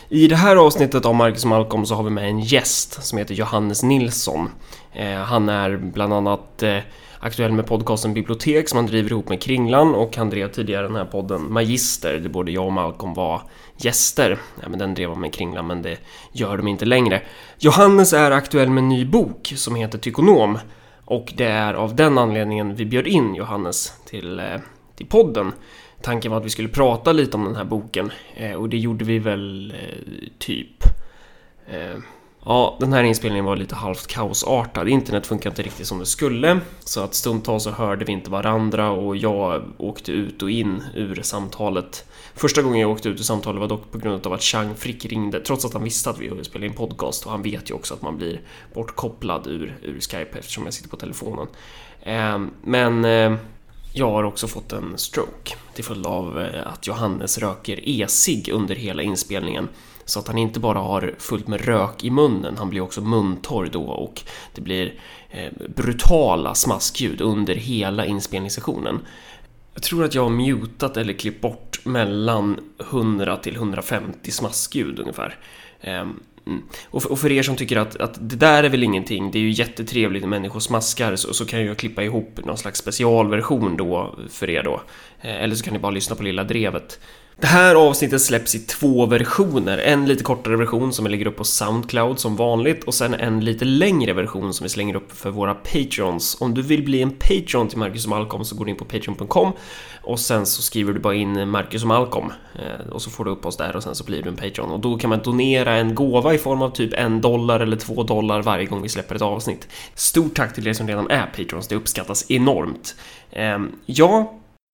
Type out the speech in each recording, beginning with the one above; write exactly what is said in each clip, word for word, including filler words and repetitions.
I det här avsnittet av Marcus och Malcolm så har vi med en gäst som heter Johannes Nilsson. Eh, han är bland annat eh, aktuell med podcasten Bibliotek som han driver ihop med Kringlan, och han drev tidigare den här podden Magister, där både jag och Malcolm var gäster. Ja, men den drev han med Kringlan, men det gör de inte längre. Johannes är aktuell med en ny bok som heter Tykonom, och det är av den anledningen vi bjöd in Johannes till, eh, till podden. Tanken var att vi skulle prata lite om den här boken, eh, och det gjorde vi väl eh, typ. Eh, ja, den här inspelningen var lite halvt kaosartad. Internet funkar inte riktigt som det skulle, så att stundtals så hörde vi inte varandra, och jag åkte ut och in ur samtalet. Första gången jag åkte ut ur samtalet var dock på grund av att Chang Frick ringde, trots att han visste att vi spelade in podcast, och han vet ju också att man blir bortkopplad ur, ur Skype eftersom jag sitter på telefonen. Eh, men... Eh, Jag har också fått en stroke till följd av att Johannes röker e-cigg under hela inspelningen. Så att han inte bara har fullt med rök i munnen, han blir också muntorr då, och det blir eh, brutala smaskljud under hela inspelningssessionen. Jag tror att jag har mutat eller klippt bort mellan hundra till hundrafemtio smaskljud ungefär. Eh, Och för, och för er som tycker att, att det där är väl ingenting, det är ju jättetrevligt när människor smaskar, så, så kan jag klippa ihop någon slags specialversion då för er då. Eh, eller så kan ni bara lyssna på Lilla Drevet. Det här avsnittet släpps i två versioner. En lite kortare version som vi lägger upp på Soundcloud som vanligt, och sen en lite längre version som vi slänger upp för våra Patreons. Om du vill bli en Patreon till Marcus och Malcolm så går du in på patreon punkt com, och sen så skriver du bara in Marcus och Malcolm, och så får du upp oss där, och sen så blir du en Patreon. Och då kan man donera en gåva i form av typ en dollar eller två dollar varje gång vi släpper ett avsnitt. Stort tack till er som redan är Patreons, det uppskattas enormt. ehm, Ja...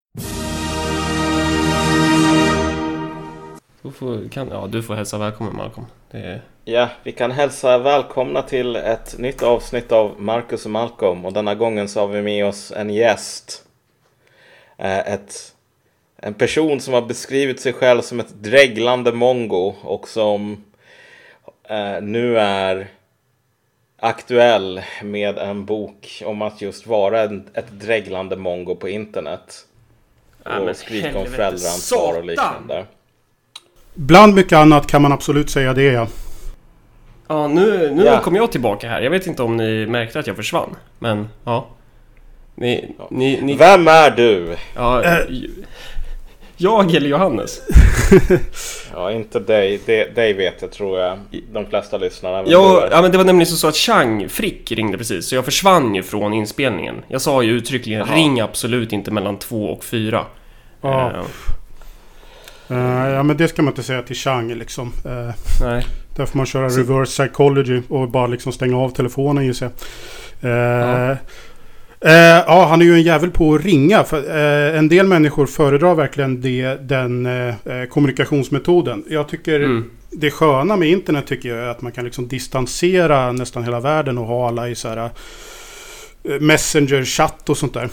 Du får, kan, ja, du får hälsa välkommen, Malcolm. Det är... Ja, vi kan hälsa välkomna till ett nytt avsnitt av Marcus och Malcolm. Och denna gången så har vi med oss en gäst. Ett, en person som har beskrivit sig själv som ett dreglande mongo, och som eh, nu är aktuell med en bok om att just vara en, ett dreglande mongo på internet. Ja, och skrika om föräldraansvar och liknande. Bland mycket annat kan man absolut säga det, ja. Ja, nu, nu ja. kom jag tillbaka här. Jag vet inte om ni märkte att jag försvann, men ja. Ni, ja. Ni, ni... Vem är du? Ja, äh. Jag eller Johannes? Ja, inte dig. Det, dig vet jag, tror jag. De flesta lyssnarna. Ja, ja, men det var nämligen så att Chang Frick ringde precis, så jag försvann ju från inspelningen. Jag sa ju uttryckligen, Jaha. ring absolut inte mellan två och fyra. Ja. Uh. Uh, ja, men det ska man inte säga till Chang liksom. Uh, Nej. Där får man köra så. Reverse psychology och bara liksom stänga av telefonen, just det. Uh, ja. Uh, ja, han är ju en jävel på att ringa. För, uh, en del människor föredrar verkligen det, den uh, kommunikationsmetoden. Jag tycker mm. det sköna med internet tycker jag är att man kan liksom distansera nästan hela världen och ha alla i så här uh, messenger-chatt och sånt där.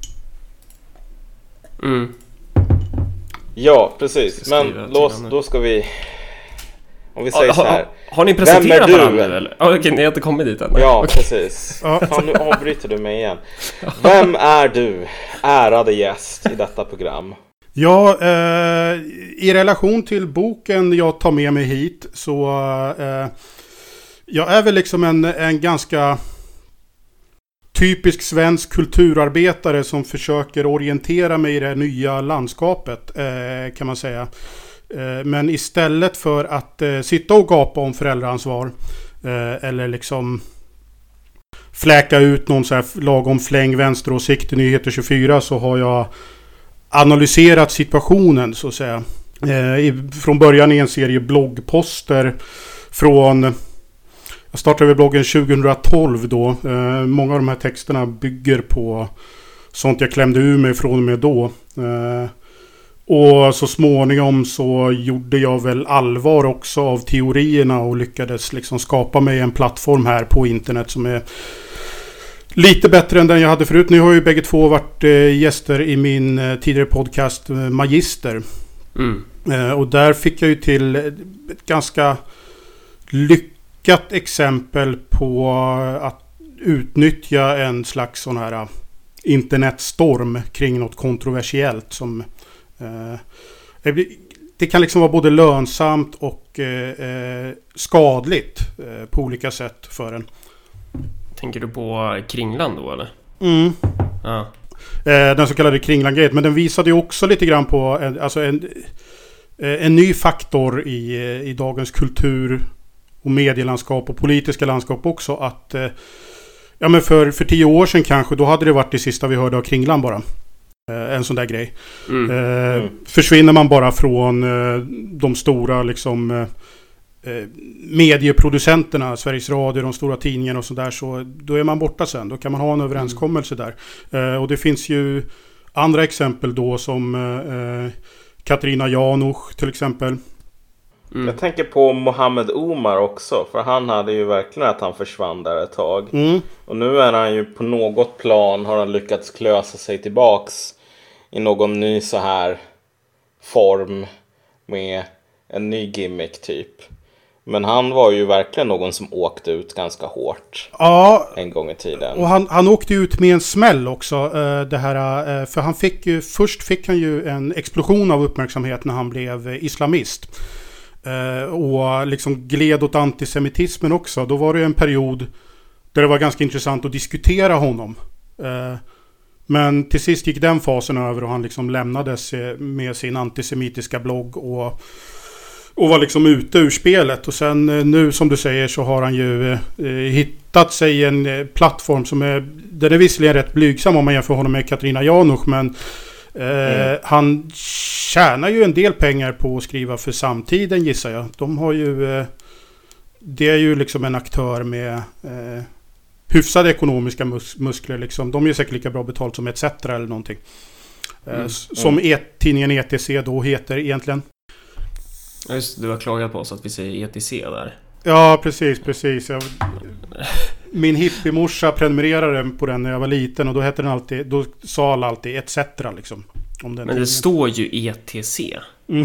Mm. Ja, precis. Men lås, då ska vi... Om vi säger ja, så här. Har, har ni presenterat varandra eller? Ja, okej, ni har inte kommit dit än. Ja, okay. precis. Fan, nu avbryter du mig igen. Vem är du, ärade gäst i detta program? Ja, eh, i relation till boken jag tar med mig hit så... Eh, jag är väl liksom en, en ganska... typisk svensk kulturarbetare som försöker orientera mig i det nya landskapet, eh, kan man säga. Eh, men istället för att eh, sitta och gapa om föräldraansvar eh, eller liksom fläka ut någon så här lagom fläng vänsteråsikt i Nyheter tjugofyra, så har jag analyserat situationen så att säga. Eh, i, från början i en serie bloggposter från... Jag startade bloggen tjugohundratolv då. Eh, många av de här texterna bygger på sånt jag klämde ur mig från och med då. Eh, och så småningom så gjorde jag väl allvar också av teorierna och lyckades liksom skapa mig en plattform här på internet som är lite bättre än den jag hade förut. Nu har ju bägge två varit eh, gäster i min eh, tidigare podcast eh, Magister. Mm. Eh, och där fick jag ju till ett ganska lyckat exempel på att utnyttja en slags sån här internetstorm kring något kontroversiellt som eh, det kan liksom vara både lönsamt och och eh, skadligt eh, på olika sätt för en. Tänker du på Kringlan då eller? Mm. Ja. Eh, den så kallade Kringlan-gate. Men den visade ju också lite grann på en, alltså en, en ny faktor i, i dagens kultur och medielandskap och politiska landskap också. Att eh, ja, men för, för tio år sedan kanske, då hade det varit det sista vi hörde av Kringlan bara. Eh, en sån där grej. Mm. Eh, mm. Försvinner man bara från eh, de stora liksom eh, medieproducenterna, Sveriges Radio, de stora tidningarna och sådär, så då är man borta sen. Då kan man ha en överenskommelse mm. där. Eh, och det finns ju andra exempel då som eh, Katarina Janouch till exempel. Mm. Jag tänker på Mohammed Omar också, för han hade ju verkligen att han försvann där ett tag. Mm. Och nu är han ju på något plan, har han lyckats klösa sig tillbaks i någon ny så här form med en ny gimmick typ. Men han var ju verkligen någon som åkte ut ganska hårt ja, en gång i tiden. Och han, han åkte ut med en smäll också. Det här, för han fick ju, först fick han ju en explosion av uppmärksamhet när han blev islamist. Och liksom gled åt antisemitismen också. Då var det en period där det var ganska intressant att diskutera honom. Men till sist gick den fasen över och han liksom lämnades med sin antisemitiska blogg och Och var liksom ute ur spelet. Och sen nu som du säger så har han ju eh, hittat sig en eh, plattform som är... Den är visserligen rätt blygsam om man jämför honom med Katarina Janouch. Men eh, mm. han tjänar ju en del pengar på att skriva för samtiden gissar jag. De har ju... Eh, det är ju liksom en aktör med eh, hyfsade ekonomiska mus- muskler liksom. De är säkert lika bra betalt som et cetera eller någonting. Eh, mm. Som mm. E- tidningen E T C då heter egentligen. Just, du har klagat på oss att vi säger E T C där. Ja, precis, precis. Jag, min hippiemorsa prenumererade på den när jag var liten och då hette den alltid, då sa alla alltid et cetera liksom. Om den Men tidningen. Det står ju E T C. Mm.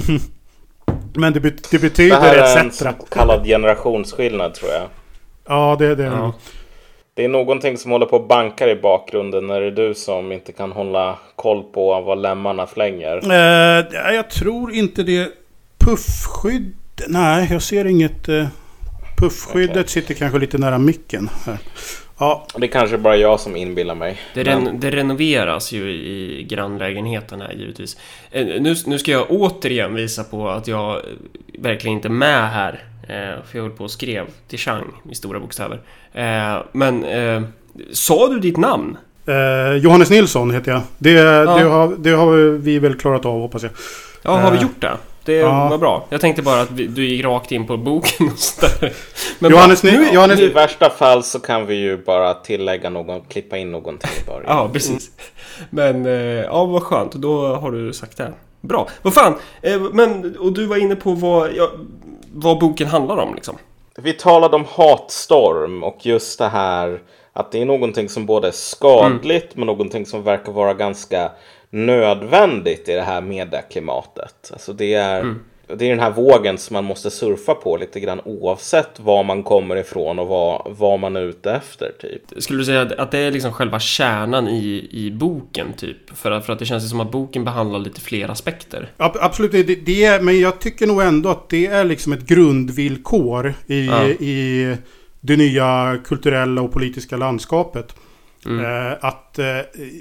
Men det, bet- det betyder det et cetera. Det är en så kallad generationsskillnad tror jag. Ja, det är det. Ja. Det är någonting som håller på och bankar i bakgrunden när det är du som inte kan hålla koll på vad lämmarna flänger. Eh, jag tror inte det. Puffskydd? Nej, jag ser inget. Uh, puffskyddet okay. Sitter kanske lite nära micken här. Ja. Det är kanske bara jag som inbillar mig. Det, men... ren- det renoveras ju i grannlägenheten här givetvis. Eh, nu, nu ska jag återigen visa på att jag verkligen inte är med här. Eh, för jag höll på och skrev till Chang i stora bokstäver. Eh, men eh, sa du ditt namn? Eh, Johannes Nilsson heter jag. Det, ja. det, har, det har vi väl klarat av, hoppas jag. Ja, har vi gjort det? Det ja. var bra. Jag tänkte bara att vi, du gick rakt in på boken och sådär. Men Johannes, bara, nu, Johannes... I värsta fall så kan vi ju bara tillägga någon, klippa in någonting i början. Ja, precis. Men, ja, vad skönt. Då har du sagt det. Bra. Vad fan? Men, och du var inne på vad, ja, vad boken handlar om liksom. Vi talade om hatstorm och just det här att det är någonting som både är skadligt mm. men någonting som verkar vara ganska nödvändigt i det här medieklimatet. Alltså det är, mm. det är den här vågen som man måste surfa på lite grann oavsett var man kommer ifrån och vad, vad man är ute efter typ. Skulle du säga att det är liksom själva kärnan i, i boken typ? För att, för att det känns som att boken behandlar lite fler aspekter. Ja, absolut, det, det är, men jag tycker nog ändå att det är liksom ett grundvillkor i, ja. i det nya kulturella och politiska landskapet. Mm. Eh, att eh,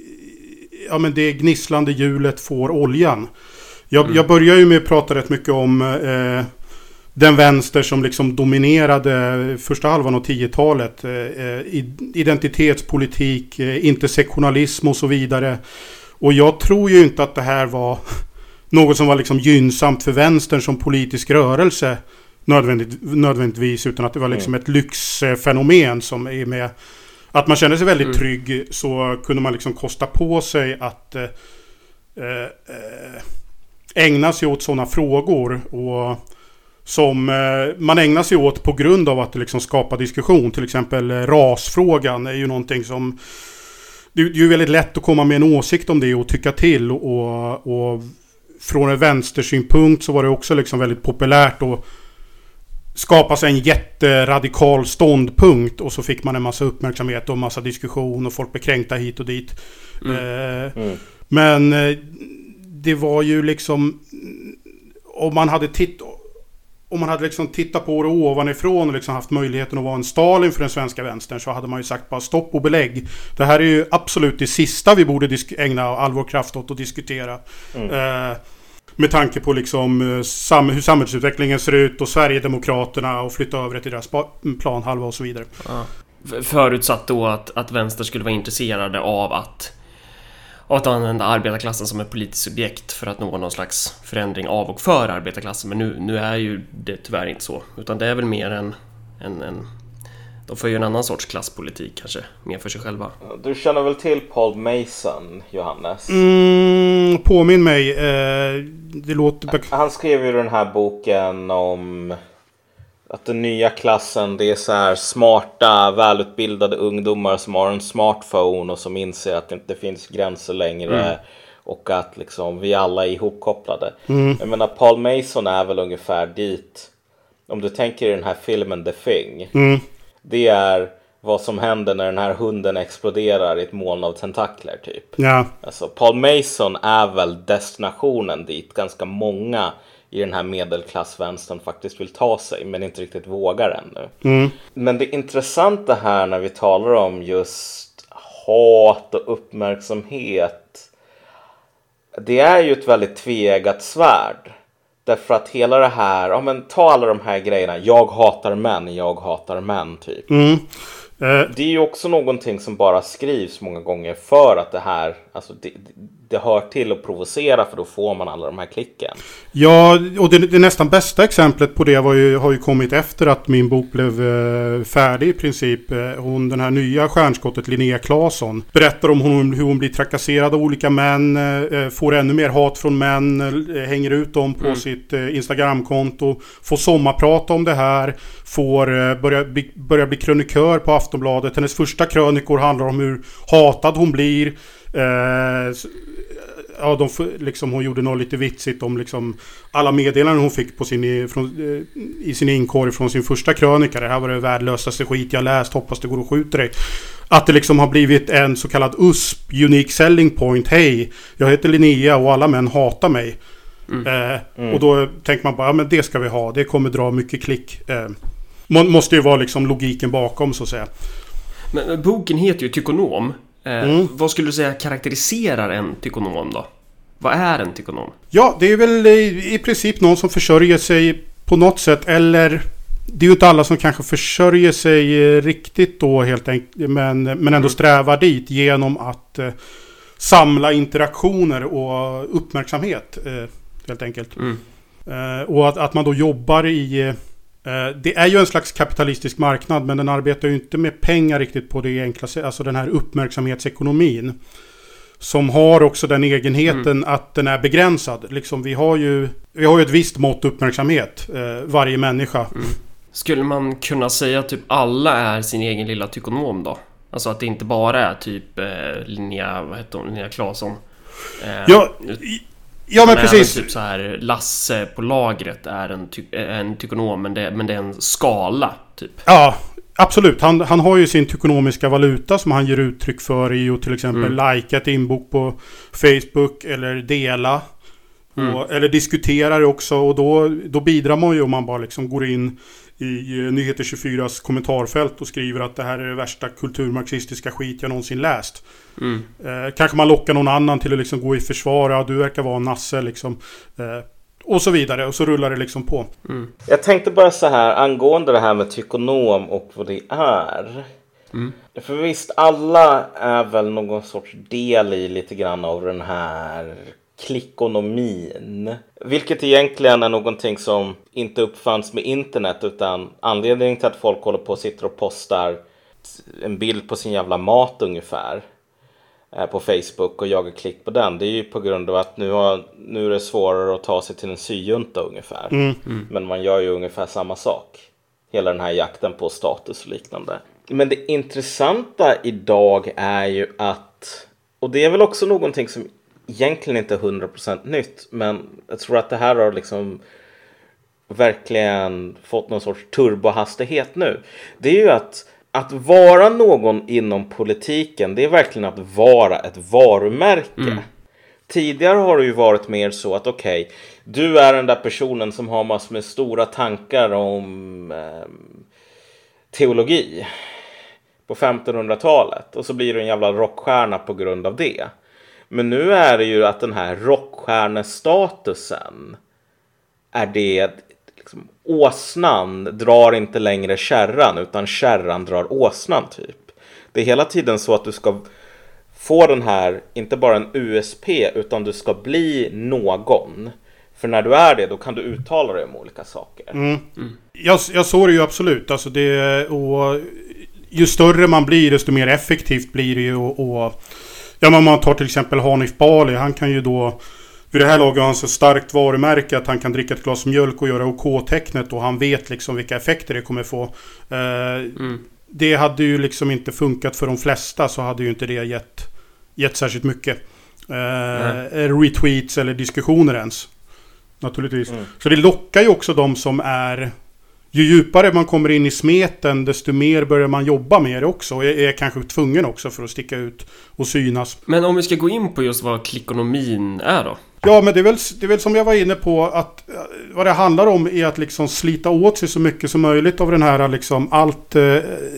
ja, men det gnisslande hjulet får oljan. Jag, mm. jag börjar ju med att prata rätt mycket om eh, den vänster som liksom dominerade första halvan av tiotalet. Eh, identitetspolitik, eh, intersektionalism och så vidare. Och jag tror ju inte att det här var något som var liksom gynnsamt för vänstern som politisk rörelse nödvändigt, nödvändigtvis, utan att det var liksom mm. ett lyxfenomen som är med. Att man kände sig väldigt mm. trygg, så kunde man liksom kosta på sig att eh, eh, ägna sig åt sådana frågor och som eh, man ägnar sig åt på grund av att det liksom skapar diskussion. Till exempel eh, rasfrågan är ju någonting som det är ju väldigt lätt att komma med en åsikt om det och tycka till, och, och från en vänstersynpunkt så var det också liksom väldigt populärt att skapa sig en jätteradikal ståndpunkt, och så fick man en massa uppmärksamhet och en massa diskussion och folk blev kränkta hit och dit. Mm. Eh, mm. Men eh, det var ju liksom, om man hade titt om man hade liksom tittat på det ovanifrån och liksom haft möjligheten att vara en Stalin för den svenska vänstern, så hade man ju sagt bara stopp och belägg. Det här är ju absolut det sista vi borde disk- ägna all vår kraft åt att diskutera. Mm. Eh, med tanke på liksom sam- hur samhällsutvecklingen ser ut och Sverigedemokraterna och flytta över till deras planhalva och så vidare. Ja. Förutsatt då att, att vänster skulle vara intresserade av att och att använda arbetarklassen som ett politiskt subjekt för att nå någon slags förändring av och för arbetarklassen. Men nu, nu är ju det tyvärr inte så. Utan det är väl mer en, en, en... De får ju en annan sorts klasspolitik kanske, mer för sig själva. Du känner väl till Paul Mason, Johannes? Mm, påminn mig. Eh, det låter... Han skrev ju den här boken om... att den nya klassen, det är så här smarta, välutbildade ungdomar som har en smartphone och som inser att det inte finns gränser längre. Mm. Och att liksom vi alla är ihopkopplade. Mm. Jag menar, Paul Mason är väl ungefär dit. Om du tänker i den här filmen The Thing. Mm. Det är vad som händer när den här hunden exploderar i ett moln av tentakler typ. Ja. Alltså, Paul Mason är väl destinationen dit ganska många i den här medelklassvänstern faktiskt vill ta sig, men inte riktigt vågar ännu. Mm. Men det intressanta här när vi talar om just hat och uppmärksamhet, det är ju ett väldigt tveeggat svärd. Därför att hela det här, ja men ta alla de här grejerna, jag hatar män, jag hatar män typ. Mm. Uh. Det är ju också någonting som bara skrivs många gånger för att det här, alltså det, det hör till att provocera, för då får man alla de här klicken. Ja, och det, det nästan bästa exemplet på det var ju, har ju kommit efter att min bok blev eh, färdig i princip. Hon, den här nya stjärnskottet Linnea Claesson berättar om hon, hur hon blir trakasserad av olika män, eh, får ännu mer hat från män, eh, hänger ut dem på mm. sitt eh, Instagramkonto, får sommarprata om det här, får eh, börja, bli, börja bli krönikör på Aftonbladet. Hennes första krönikor handlar om hur hatad hon blir. Eh, ja, de liksom, hon gjorde något lite vitsigt om liksom alla meddelanden hon fick på sin, från, i sin inkorg från sin första krönika. Det här var det värdelösaste skit jag läst, hoppas det går att skjuta dig. Att det liksom har blivit en så kallad U S P, Unique Selling Point. Hej, jag heter Linnea och alla män hatar mig. Mm. Eh, mm. Och då tänker man bara, ja, men det ska vi ha, det kommer dra mycket klick. Eh, måste ju vara liksom logiken bakom, så att säga. Men boken heter ju Tykonom. Eh, mm. Vad skulle du säga karaktäriserar en tykonom då? Vad är en tykonom? Ja, det är väl i, i princip någon som försörjer sig på något sätt. Eller det är ju inte alla som kanske försörjer sig riktigt då helt enkelt. Men, men ändå mm. strävar dit genom att eh, samla interaktioner och uppmärksamhet eh, helt enkelt. Mm. Eh, och att, att man då jobbar i... Det är ju en slags kapitalistisk marknad, men den arbetar ju inte med pengar riktigt på det enkla sättet. Alltså den här uppmärksamhetsekonomin som har också den egenheten mm. att den är begränsad. Liksom vi har ju, vi har ju ett visst mått uppmärksamhet, eh, varje människa. Mm. Skulle man kunna säga att typ alla är sin egen lilla tykonom då? Alltså att det inte bara är typ eh, Linnea, vad heter hon, Linnea Claesson. Eh, ja, Ja, men precis. Typ så här, Lasse på lagret är en, ty- en tykonom, men det, men det är en skala typ. Ja, absolut. Han, han har ju sin tykonomiska valuta som han ger uttryck för i att till exempel mm. likea ett inbok på Facebook eller dela. Mm. Och, eller diskuterar också, och då, då bidrar man ju om man bara liksom går in i Nyheter tjugofyras kommentarfält och skriver att det här är det värsta kulturmarxistiska skit jag någonsin läst. Mm. Eh, kanske man lockar någon annan till att liksom gå i försvar. Ja, du verkar vara en nasse liksom. Eh, och så vidare. Och så rullar det liksom på. Mm. Jag tänkte bara så här angående det här med tykonom och vad det är. Mm. För visst, alla är väl någon sorts del i lite grann av den här klickonomin. Vilket egentligen är någonting som inte uppfanns med internet, utan anledningen till att folk håller på och sitter och postar en bild på sin jävla mat ungefär eh, på Facebook och jagar klick på den. Det är ju på grund av att nu, har, nu är det svårare att ta sig till en syjunta ungefär. Mm. Mm. Men man gör ju ungefär samma sak. Hela den här jakten på status och liknande. Men det intressanta idag är ju att, och det är väl också någonting som egentligen inte är hundra procent nytt, men jag tror att det här har liksom verkligen fått någon sorts turbohastighet nu. Det är ju att att vara någon inom politiken, det är verkligen att vara ett varumärke. Mm. tidigare har det ju varit mer så att okej, okay, du är den där personen som har massor med stora tankar om eh, teologi på femtonhundratalet och så blir du en jävla rockstjärna på grund av det. Men nu är det ju att den här rockstjärnestatusen är det liksom, åsnan drar inte längre kärran utan kärran drar åsnan typ. Det är hela tiden så att du ska få den här, inte bara en U S P utan du ska bli någon. För när du är det, då kan du uttala dig om olika saker. Mm. Mm. Jag, jag såg det ju absolut. Alltså det, och ju större man blir, desto mer effektivt blir det ju. Och, och, ja, men man tar till exempel Hanif Bali. Han kan ju då, vid det här laget har han så starkt varumärke att han kan dricka ett glas mjölk och göra OK-tecknet. Och han vet liksom vilka effekter det kommer få. Uh, mm. Det hade ju liksom inte funkat för de flesta, så hade ju inte det gett, gett särskilt mycket. Uh, retweets eller diskussioner ens. Naturligtvis. Mm. Så det lockar ju också de som är... Ju djupare man kommer in i smeten, desto mer börjar man jobba med det också. Och är, är kanske tvungen också för att sticka ut och synas. Men om vi ska gå in på just vad klickonomin är då? Ja, men det är väl, det är väl som jag var inne på, att vad det handlar om är att liksom slita åt sig så mycket som möjligt av den här liksom allt... Eh,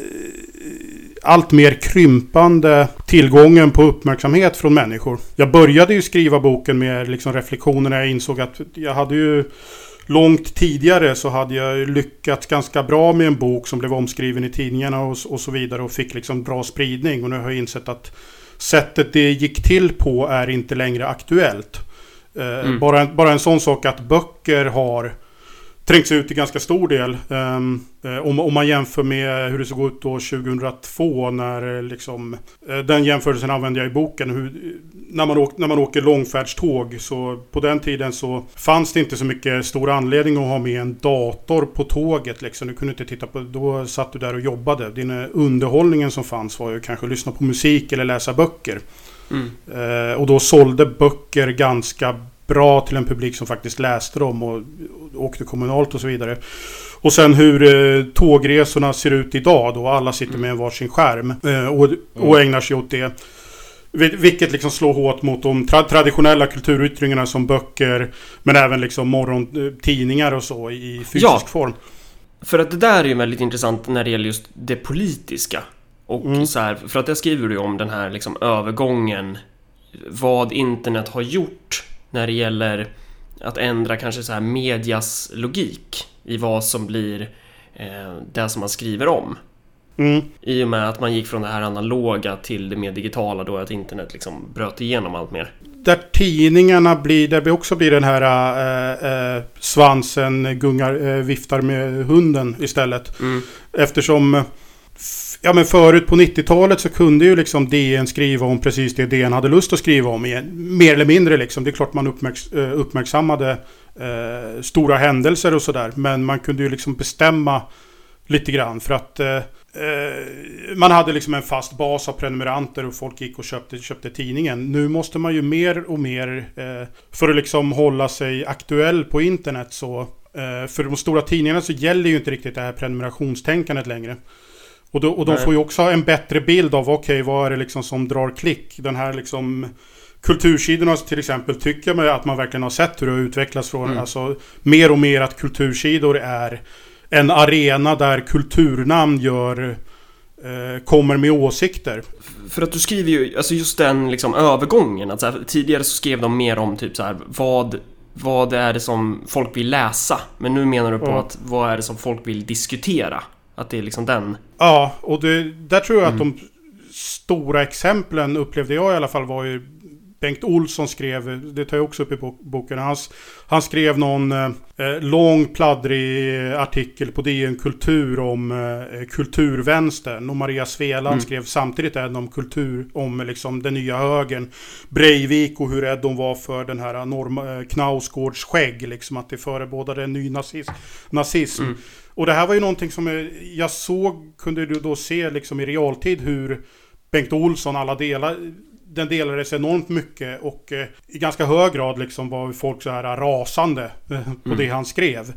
allt mer krympande tillgången på uppmärksamhet från människor. Jag började ju skriva boken med liksom reflektioner när jag insåg att jag hade ju långt tidigare så hade jag lyckats ganska bra med en bok som blev omskriven i tidningarna och, och så vidare och fick liksom bra spridning. Och nu har jag insett att sättet det gick till på är inte längre aktuellt. Mm. Bara, bara en sån sak att böcker har trängts ut i ganska stor del. Um, om, om man jämför med hur det såg ut då tjugohundratvå när liksom, den jämförelsen använde jag i boken. Hur, när, man åk, när man åker långfärdståg, så på den tiden så fanns det inte så mycket stor anledning att ha med en dator på tåget. Liksom. Du kunde inte titta på, då satt du där och jobbade. Den underhållningen som fanns var ju kanske att lyssna på musik eller läsa böcker. Mm. Uh, och då sålde böcker ganska bra till en publik som faktiskt läste dem och, och åkte kommunalt och så vidare. Och sen hur eh, tågresorna ser ut idag då alla sitter med en varsin skärm eh, och, och ägnar sig åt det. Vilket liksom slår hårt mot de tra- traditionella kulturyttringarna som böcker, men även liksom morgontidningar och så i fysisk ja, form. För att det där är ju väldigt intressant när det gäller just det politiska. Och mm. så här, för att jag skriver ju om den här liksom övergången, vad internet har gjort när det gäller att ändra kanske så här medias logik i vad som blir eh, det som man skriver om. Mm. I och med att man gick från det här analoga till det mer digitala, då att internet liksom bröt igenom allt mer. Där tidningarna blir, där vi också blir den här äh, äh, svansen gungar, äh, viftar med hunden istället. Mm. Eftersom ja, men förut på nittiotalet så kunde ju liksom D N skriva om precis det D N hade lust att skriva om. Mer eller mindre liksom. Det är klart man uppmärks- uppmärksammade eh, stora händelser och sådär. Men man kunde ju liksom bestämma lite grann. För att eh, man hade liksom en fast bas av prenumeranter och folk gick och köpte, köpte tidningen. Nu måste man ju mer och mer eh, för att liksom hålla sig aktuell på internet. Så, eh, för de stora tidningarna så gäller ju inte riktigt det här prenumerationstänkandet längre. Och, då, och de får ju också en bättre bild av okej, okay, vad är det liksom som drar klick. Den här liksom kultursidorna till exempel tycker man att man verkligen har sett hur det har utvecklats från. Mm. Alltså mer och mer att kultursidor är en arena där kulturnamn gör eh, kommer med åsikter. För att du skriver ju alltså just den liksom övergången att så här, tidigare så skrev de mer om typ så här, vad vad är det som folk vill läsa, men nu menar du på mm. att vad är det som folk vill diskutera. Att det är liksom den. Ja, och det, där tror jag mm. att de stora exemplen upplevde jag i alla fall var ju Bengt Olsson skrev, det tar jag också upp i boken, han, han skrev någon eh, lång pladdrig artikel på D N Kultur om eh, kulturvänstern, och Maria Sveland mm. skrev samtidigt en om kultur, om liksom den nya högern, Breivik och hur rädd de var för den här Norm, eh, Knausgårds skägg, liksom att det förebådade en ny nazism. nazism. Mm. Och det här var ju någonting som jag såg, kunde du då se liksom i realtid hur Bengt Olsson, alla delar, den delades enormt mycket och eh, i ganska hög grad liksom var folk så här rasande eh, på mm. det han skrev.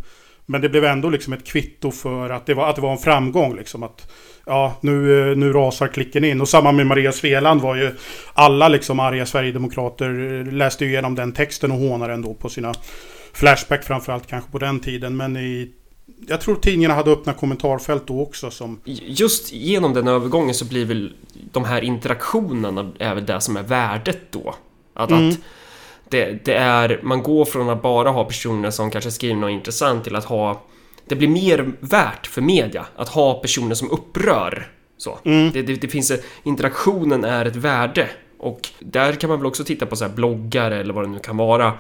Men det blev ändå liksom ett kvitto för att det var, att det var en framgång. Liksom, att ja, nu, nu rasar klicken in. Och samma med Maria Sveland var ju alla liksom arga Sverigedemokrater läste ju igenom den texten och hånade ändå på sina Flashback framförallt kanske på den tiden. Men i, jag tror tidningarna hade öppna kommentarfält då också. Som... Just genom den övergången så blir väl de här interaktionerna är väl det som är värdet då. Att, mm. att det, det är, man går från att bara ha personer som kanske skriver något intressant till att ha, det blir mer värt för media att ha personer som upprör. Så. Mm. Det, det, det finns, interaktionen är ett värde. Och där kan man väl också titta på så här bloggar eller vad det nu kan vara.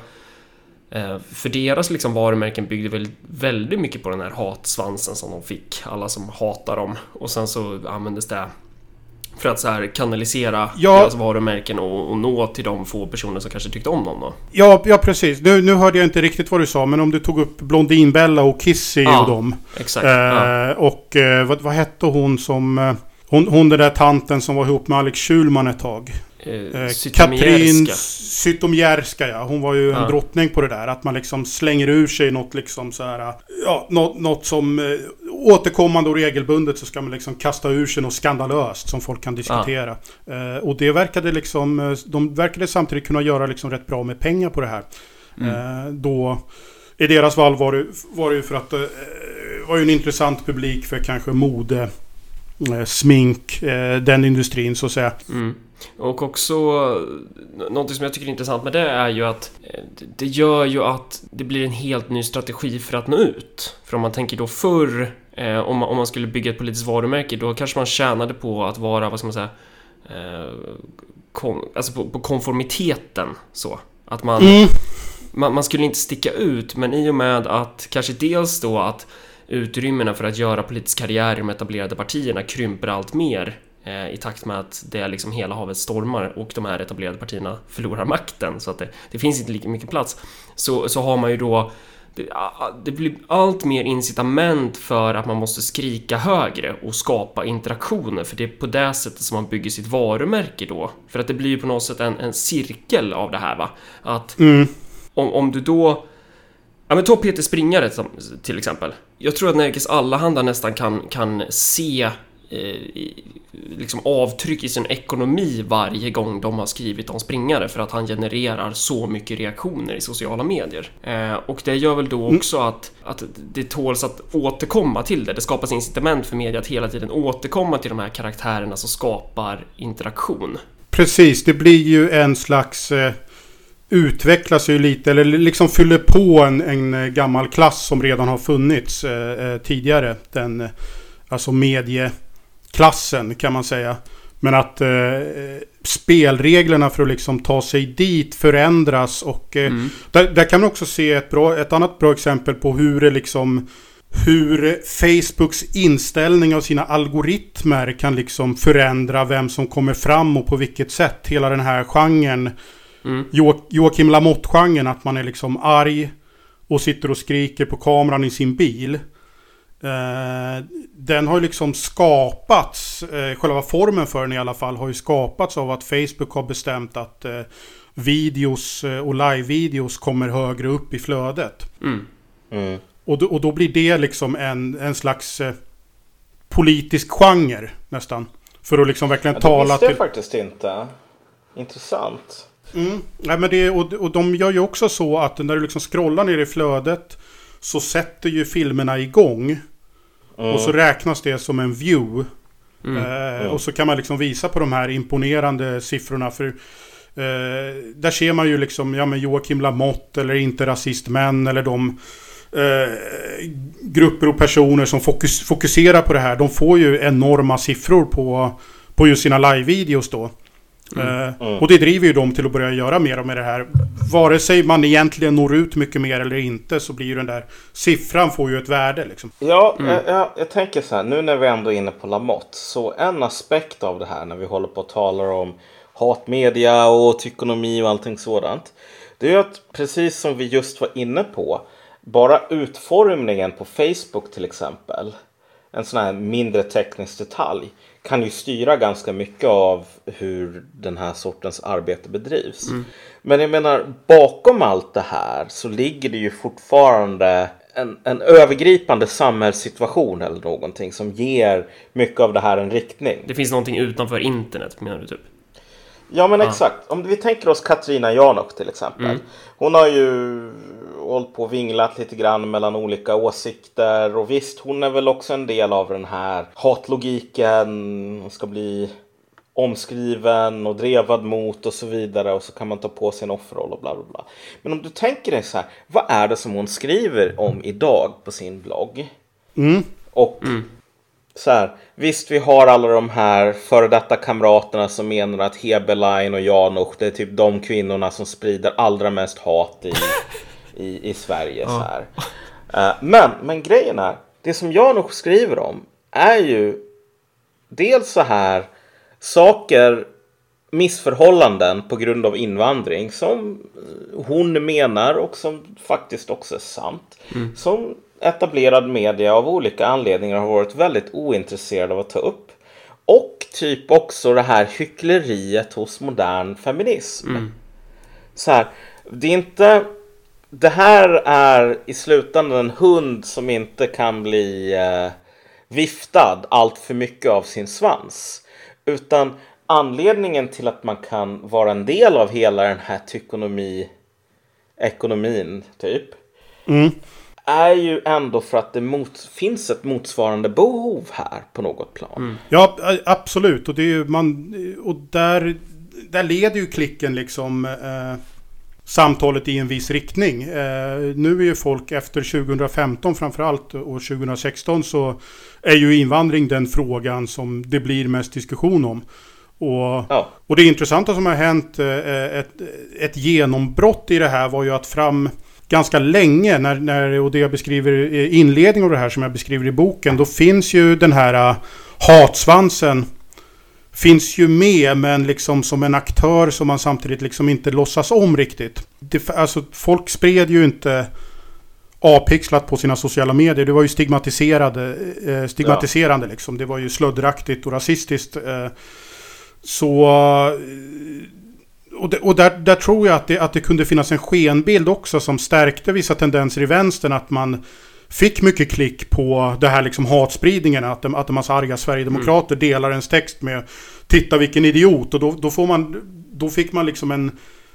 För deras liksom varumärken byggde väl väldigt mycket på den här hatsvansen som de fick, alla som hatar dem, och sen så användes det för att så här kanalisera ja. deras varumärken och, och nå till de få personer som kanske tyckte om dem då. Ja, ja precis. Nu, nu hörde jag inte riktigt vad du sa, men om du tog upp Blondinbella och Kissy ja, och dem. Exakt. Eh, ja. Och eh, vad, vad hette hon som... Hon, hon den där tanten som var ihop med Alex Schulman ett tag. Eh, Katrin Zytomierska, ja. Hon var ju en ja. drottning på det där. Att man liksom slänger ur sig något liksom så här, ja, något, något som eh, återkommande och regelbundet så ska man liksom kasta ur sig något skandalöst som folk kan diskutera. Ja. Eh, och det verkade liksom, de verkade samtidigt kunna göra liksom rätt bra med pengar på det här. Mm. Eh, då i deras val var det, var det ju för att det eh, var ju en intressant publik för kanske mode, eh, smink, eh, den industrin så att säga. Mm. Och också något som jag tycker är intressant med det är ju att det gör ju att det blir en helt ny strategi för att nå ut. För om man tänker då förr, eh, om, man, om man skulle bygga ett politiskt varumärke, då kanske man tjänade på att vara, vad ska man säga, eh, kom, alltså på, på konformiteten så. Att man, mm. man, man skulle inte sticka ut, men i och med att kanske dels då att utrymmena för att göra politisk karriär i de etablerade partierna krymper allt mer i takt med att det är liksom hela havet stormar och de här etablerade partierna förlorar makten, så att det, det finns inte lika mycket plats, så, så har man ju då det, det blir allt mer incitament för att man måste skrika högre och skapa interaktioner, för det är på det sättet som man bygger sitt varumärke då, för att det blir ju på något sätt en, en cirkel av det här va, att mm. om, om du då ja men ta Peter Springare till exempel, jag tror att Nerikes Allehanda nästan kan, kan se liksom avtryck i sin ekonomi varje gång de har skrivit om Springare, för att han genererar så mycket reaktioner i sociala medier. Eh, och det gör väl då också att, att det tåls att återkomma till det. Det skapas incitament för media att hela tiden återkomma till de här karaktärerna som skapar interaktion. Precis, det blir ju en slags eh, utvecklas ju lite, eller liksom fyller på en, en gammal klass som redan har funnits eh, tidigare. Den, alltså medie klassen kan man säga. Men att eh, spelreglerna för att liksom ta sig dit förändras, och eh, mm. där, där kan man också se ett, bra, ett annat bra exempel på hur det liksom hur Facebooks inställning av sina algoritmer kan liksom förändra vem som kommer fram och på vilket sätt. Hela den här genren, mm. jo- Joakim Lamotte-genren, att man är liksom arg och sitter och skriker på kameran i sin bil. Uh, den har ju liksom skapats, uh, själva formen för den i alla fall har ju skapats av att Facebook har bestämt att uh, videos uh, och live-videos kommer högre upp i flödet. Mm. Mm. Och, då, och då blir det liksom en, en slags uh, politisk genre nästan. För att liksom verkligen ja, tala till... Det visste jag faktiskt inte. Intressant. Mm. Nej, men det, och, och de gör ju också så att när du liksom scrollar ner i flödet så sätter ju filmerna igång. Mm. Och så räknas det som en view. Mm. Eh, mm. Och så kan man liksom visa på de här imponerande siffrorna. För eh, där ser man ju liksom ja, men Joakim Lamotte eller Inte rasistmän eller de eh, grupper och personer som fokus, fokuserar på det här. De får ju enorma siffror på, på just sina live-videos då. Mm. Uh, mm. Och det driver ju dem till att börja göra mer och med det här. Vare sig man egentligen når ut mycket mer eller inte, så blir ju den där siffran får ju ett värde liksom. Ja, mm. jag, jag, jag tänker så här, nu när vi ändå är inne på Lamotte, så en aspekt av det här när vi håller på och talar om hatmedia och tykonomi och allting sådant, det är att precis som vi just var inne på, bara utformningen på Facebook till exempel, en sån här mindre teknisk detalj, kan ju styra ganska mycket av hur den här sortens arbete bedrivs. Mm. Men jag menar, bakom allt det här så ligger det ju fortfarande en, en övergripande samhällssituation eller någonting som ger mycket av det här en riktning. Det finns någonting utanför internet, menar du typ? Ja, men ah. exakt. Om vi tänker oss Katarina Janouch till exempel. Mm. Hon har ju hållit på och vinglat lite grann mellan olika åsikter. Och visst, hon är väl också en del av den här hatlogiken. Hon ska bli omskriven och drevad mot och så vidare. Och så kan man ta på sig en offerroll och bla bla bla. Men om du tänker dig så här. Vad är det som hon skriver om idag på sin blogg? Mm. Och... Mm. Så här, visst, vi har alla de här före detta kamraterna som menar att Heberlein och Janouch, det är typ de kvinnorna som sprider allra mest hat i, i, i Sverige. Så här. Uh, men, men grejen är, det som Janouch skriver om är ju dels så här saker, missförhållanden på grund av invandring som hon menar och som faktiskt också är sant. Mm. Som etablerad media av olika anledningar har varit väldigt ointresserad av att ta upp. Och typ också det här hyckleriet hos modern feminism. Mm. Så här, det är inte... Det här är i slutändan en hund som inte kan bli eh, viftad allt för mycket av sin svans. Utan anledningen till att man kan vara en del av hela den här tykonomi ekonomin typ. Mm. är ju ändå för att det mot, finns ett motsvarande behov här på något plan. Mm. Ja, absolut. Och, det är ju man, och där, där leder ju klicken liksom eh, samtalet i en viss riktning. Eh, nu är ju folk efter tjugohundrafemton framförallt och tjugohundrasexton så är ju invandring den frågan som det blir mest diskussion om. Och, ja. och det intressanta som har hänt, eh, ett, ett genombrott i det här var ju att fram... ganska länge, när, när, och det jag beskriver i inledningen av det här som jag beskriver i boken, då finns ju den här uh, hatsvansen finns ju med, men liksom som en aktör som man samtidigt liksom inte låtsas om riktigt. Det, alltså, folk spred ju inte apixlat på sina sociala medier. Det var ju stigmatiserade, eh, stigmatiserande ja. liksom. Det var ju slödderaktigt och rasistiskt. Eh, så... Eh, Och, det, och där, där tror jag att det, att det kunde finnas en skenbild också som stärkte vissa tendenser i vänstern, att man fick mycket klick på det här liksom hatspridningen, att, att en massa arga Sverigedemokrater mm. delar ens text med titta vilken idiot, och då, då, får man, då fick man liksom en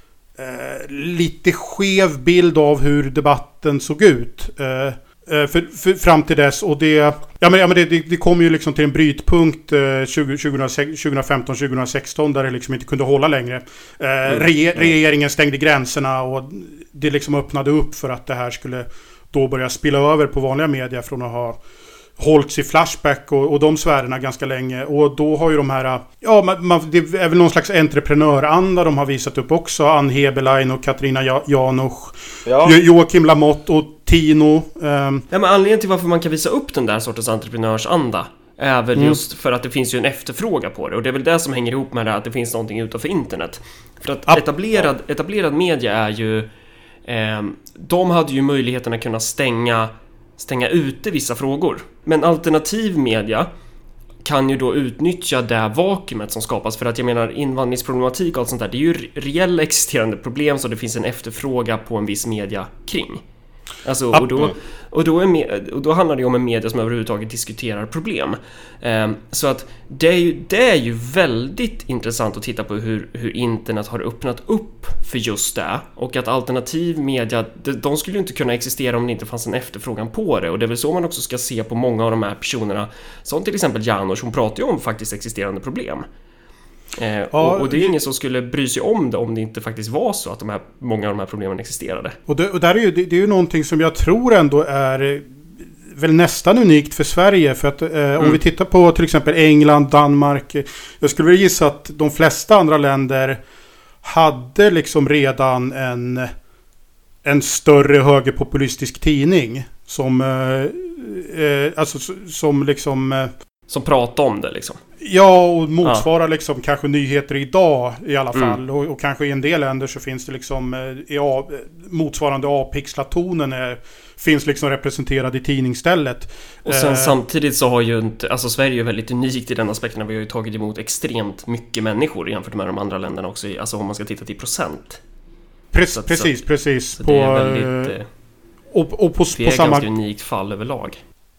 eh, lite skev bild av hur debatten såg ut. Eh, För, för, fram till dess, och det, ja, men, ja, men det, det, det kom ju liksom till en brytpunkt eh, tjugofemton tjugosexton där det liksom inte kunde hålla längre. Eh, mm. re, regeringen stängde gränserna och det liksom öppnade upp för att det här skulle då börja spilla över på vanliga medier från att ha hållits i Flashback och, och de sfärerna ganska länge. Och då har ju de här, ja, man, man, det är väl någon slags entreprenöranda de har visat upp också. Ann Heberlein och Katarina Janouch, ja. jo, Joakim Lamotte och Tino. Um. Ja, men anledningen till varför man kan visa upp den där sortens entreprenörsanda är väl mm. just för att det finns ju en efterfråga på det. Och det är väl det som hänger ihop med det, att det finns någonting utanför internet. För att App. etablerad, etablerad media är ju eh, de hade ju möjligheten att kunna stänga stänga ute vissa frågor. Men alternativ media kan ju då utnyttja det vakuumet som skapas, för att jag menar invandringsproblematik och allt sånt där, det är ju reella existerande problem, så det finns en efterfråga på en viss media kring. Alltså, och, då, och, då är med, och då handlar det om en media som överhuvudtaget diskuterar problem. Eh, så att det är, ju, det är ju väldigt intressant att titta på hur, hur internet har öppnat upp för just det. Och att alternativ media, de, de skulle ju inte kunna existera om det inte fanns en efterfrågan på det. Och det är väl så man också ska se på många av de här personerna, som till exempel Janouch, som pratar ju om faktiskt existerande problem. Eh, ja, och, och det är ju ingen som skulle bry sig om det om det inte faktiskt var så att de här, många av de här problemen existerade. Och det, och där är ju, det, det är ju någonting som jag tror ändå är väl nästan unikt för Sverige. För att eh, mm. om vi tittar på till exempel England, Danmark. Jag skulle vilja gissa att de flesta andra länder hade liksom redan en, en större högerpopulistisk tidning. Som, eh, eh, alltså, som liksom... Eh, Som pratar om det liksom. Ja, och motsvarar ja. liksom kanske nyheter idag i alla fall. Mm. Och, och kanske i en del länder så finns det liksom i A, motsvarande A-pixlatonen är, finns liksom representerad i tidningsstället. Och sen eh. samtidigt så har ju inte, alltså Sverige är väldigt unikt i den aspekten. Vi har ju tagit emot extremt mycket människor jämfört med de andra länderna också. Alltså om man ska titta till procent. Pre- så, precis, så, precis. Så på, det är väldigt... Eh, och, och på, det är på ett samma... ganska unikt fall överlag.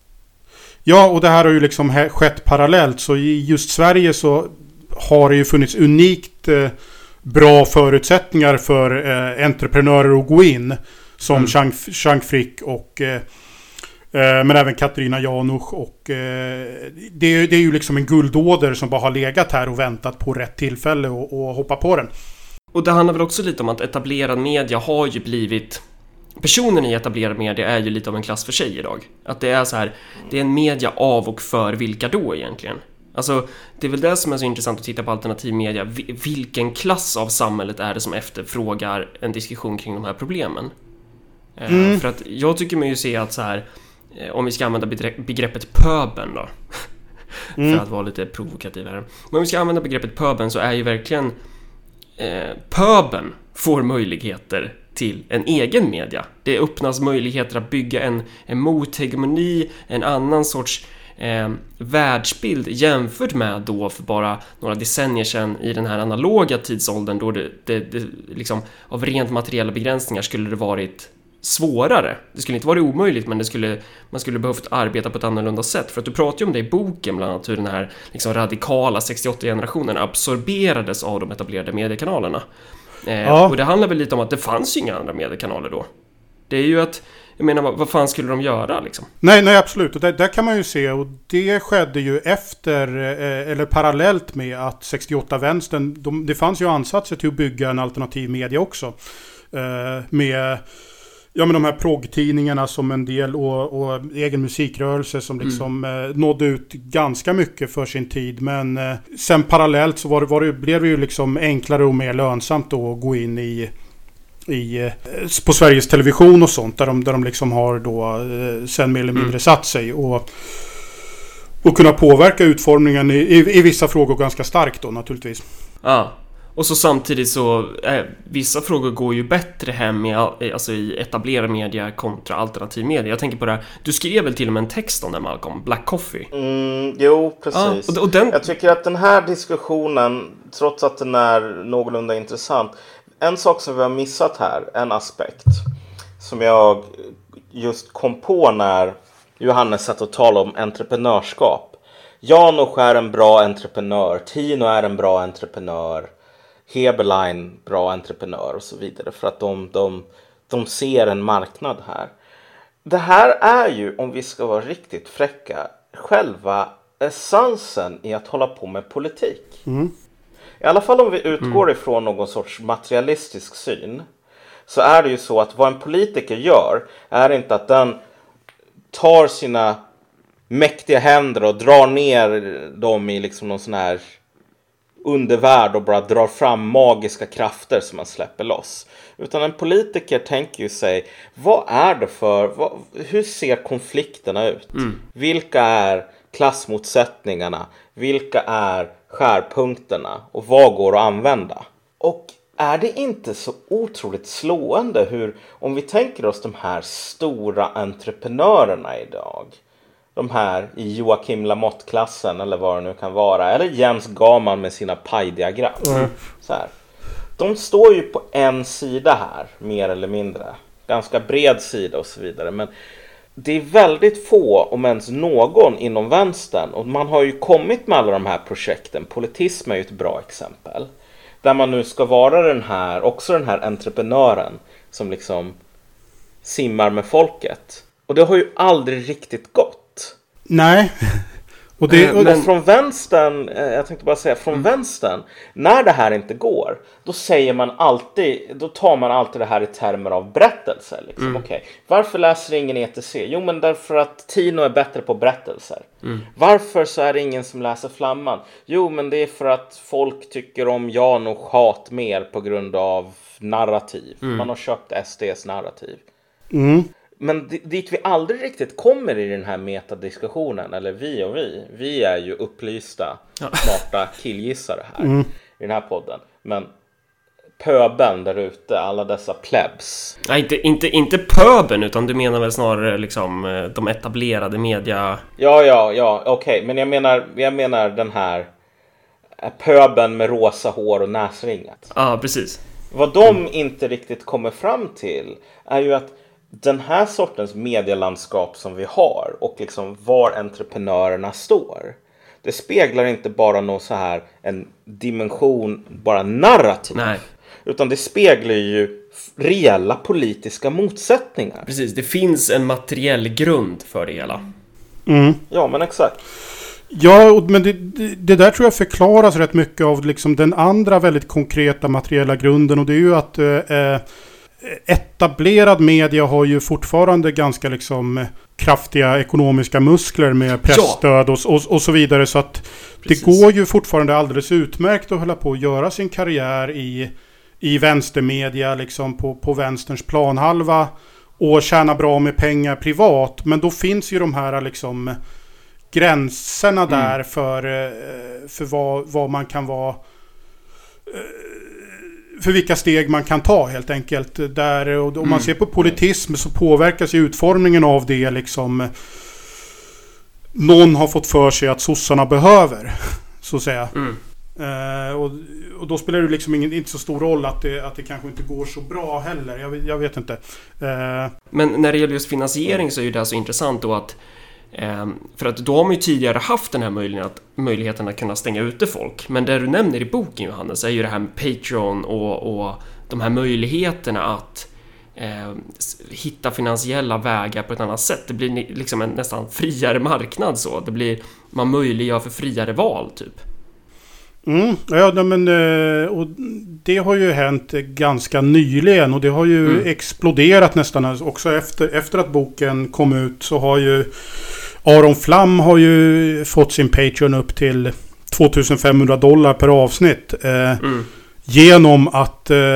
Ja, och det här har ju liksom skett parallellt. Så i just Sverige så har det ju funnits unikt eh, bra förutsättningar för eh, entreprenörer att gå in. Som mm. Chang, Chang Frick och... Eh, eh, men även Katarina Janouch. Och eh, det, är, det är ju liksom en guldåder som bara har legat här och väntat på rätt tillfälle och, och hoppa på den. Och det handlar väl också lite om att etablerad media har ju blivit... Personen i etablerad media är ju lite av en klass för sig idag. Att det är så här, det är en media av och för vilka då egentligen? Alltså, det är väl det som är så intressant att titta på alternativ media. Vilken klass av samhället är det som efterfrågar en diskussion kring de här problemen? Mm. Uh, för att jag tycker man ju se att så här, om vi ska använda begreppet pöben då. Mm. För att vara lite provokativ här. Men om vi ska använda begreppet pöben så är ju verkligen eh, pöben får möjligheter till en egen media. Det öppnas möjligheter att bygga en, en mothegemoni, en annan sorts eh, världsbild jämfört med då för bara några decennier sedan i den här analoga tidsåldern då det, det, det liksom av rent materiella begränsningar skulle det varit svårare. Det skulle inte vara omöjligt, men det skulle, man skulle behövt arbeta på ett annorlunda sätt. För att du pratar ju om det i boken, bland annat hur den här liksom radikala sextioåtta-generationen absorberades av de etablerade mediekanalerna. Eh, ja. Och det handlar väl lite om att det fanns ju inga andra mediekanaler då. Det är ju att, jag menar, vad, vad fan skulle de göra liksom? Nej, nej absolut. Och där, där kan man ju se, och det skedde ju efter, eh, eller parallellt med att sextioåtta-vänstern, de, det fanns ju ansatser till att bygga en alternativ media också. Eh, med... Ja, men de här proggtidningarna som en del och, och egen musikrörelse som liksom mm. eh, nådde ut ganska mycket för sin tid. Men eh, sen parallellt så var det, var det, blev det ju liksom enklare och mer lönsamt då att gå in i, i eh, på Sveriges Television och sånt. Där de, där de liksom har då eh, sen mer eller mindre mm. satt sig och, och kunna påverka utformningen i, i, i vissa frågor ganska starkt då naturligtvis. Ja. Och så samtidigt så eh, vissa frågor går ju bättre hem i, alltså i etablerad media kontra alternativ media. Jag tänker på det här, du skrev väl till och med en text om det, Malcolm, Black Coffee. Mm, jo, precis. Ah, och, och den... Jag tycker att den här diskussionen, trots att den är någorlunda intressant, en sak som vi har missat här, en aspekt som jag just kom på när Johannes satt och talade om entreprenörskap. Janouch är en bra entreprenör, Tino är en bra entreprenör, Heberlein bra entreprenör och så vidare, för att de, de, de ser en marknad här. Det här är ju, om vi ska vara riktigt fräcka, själva essensen i att hålla på med politik. Mm. I alla fall om vi utgår mm. ifrån någon sorts materialistisk syn, så är det ju så att vad en politiker gör är inte att den tar sina mäktiga händer och drar ner dem i liksom någon sån här undervärld och bara drar fram magiska krafter som man släpper loss. Utan en politiker tänker ju sig, vad är det för, vad, hur ser konflikterna ut? Mm. Vilka är klassmotsättningarna? Vilka är skärpunkterna? Och vad går att använda? Och är det inte så otroligt slående hur, om vi tänker oss de här stora entreprenörerna idag, de här i Joakim Lamotte-klassen eller vad det nu kan vara, eller Jens Gaman med sina paj-diagram. Mm. Så här. De står ju på en sida här, mer eller mindre. Ganska bred sida och så vidare. Men det är väldigt få, om ens någon, inom vänstern. Och man har ju kommit med alla de här projekten. Politism är ju ett bra exempel. Där man nu ska vara den här, också den här entreprenören som liksom simmar med folket. Och det har ju aldrig riktigt gått. Nej. Och, det, och, och från vänstern, jag tänkte bara säga, från mm. vänstern, när det här inte går, då säger man alltid, då tar man alltid det här i termer av berättelser. Liksom. Mm. Okay. Varför läser ingen E T C? Jo, men därför att Tino är bättre på berättelser. Mm. Varför så är det ingen som läser Flamman? Jo, men det är för att folk tycker om Janouch hat mer på grund av narrativ. Mm. Man har köpt S D:s narrativ. Mm. Men dit vi aldrig riktigt kommer i den här metadiskussionen, eller vi och vi, vi är ju upplysta, smarta killgissare här mm. i den här podden. Men pöben där ute, alla dessa plebs. Nej, inte, inte, inte pöben, utan du menar väl snarare liksom de etablerade media... Ja, ja, ja, okej. Okay. Men jag menar, jag menar den här pöben med rosa hår och näsringat. Ja, ah, precis. Vad de mm. inte riktigt kommer fram till är ju att den här sortens medielandskap som vi har och liksom var entreprenörerna står, det speglar inte bara någon så här en dimension, bara narrativ. Nej. Utan det speglar ju reella politiska motsättningar. Precis, det finns en materiell grund för det hela. Mm. Ja, men exakt. Ja, men det, det, det där tror jag förklaras rätt mycket av liksom den andra väldigt konkreta materiella grunden. Och det är ju att eh, etablerad media har ju fortfarande ganska liksom kraftiga ekonomiska muskler med pressstöd och, och, och så vidare. Så att Precis. Det går ju fortfarande alldeles utmärkt att hålla på att göra sin karriär i, i vänstermedia, liksom på, på vänsterns planhalva och tjäna bra med pengar privat. Men då finns ju de här liksom gränserna mm. där för, för vad, vad man kan vara, för vilka steg man kan ta helt enkelt. Där, och om mm. man ser på politism så påverkas ju utformningen av det liksom någon har fått för sig att sossarna behöver, så att säga. Mm. Uh, och, och då spelar det liksom ingen, inte så stor roll att det, att det kanske inte går så bra heller. Jag, jag vet inte. Uh. Men när det gäller just finansiering så är det så intressant då att för att då har man ju tidigare haft den här möjligheten att, möjligheten att kunna stänga ute folk. Men det du nämner i boken, Johannes, är ju det här med Patreon och, och de här möjligheterna att eh, hitta finansiella vägar på ett annat sätt. Det blir liksom en nästan friare marknad så. Det blir, man möjliggör för friare val typ. Mm, ja, men och det har ju hänt ganska nyligen och det har ju mm. exploderat nästan också efter, efter att boken kom ut, så har ju Aron Flam har ju fått sin Patreon upp till tvåtusenfemhundra dollar per avsnitt eh, mm. genom att eh,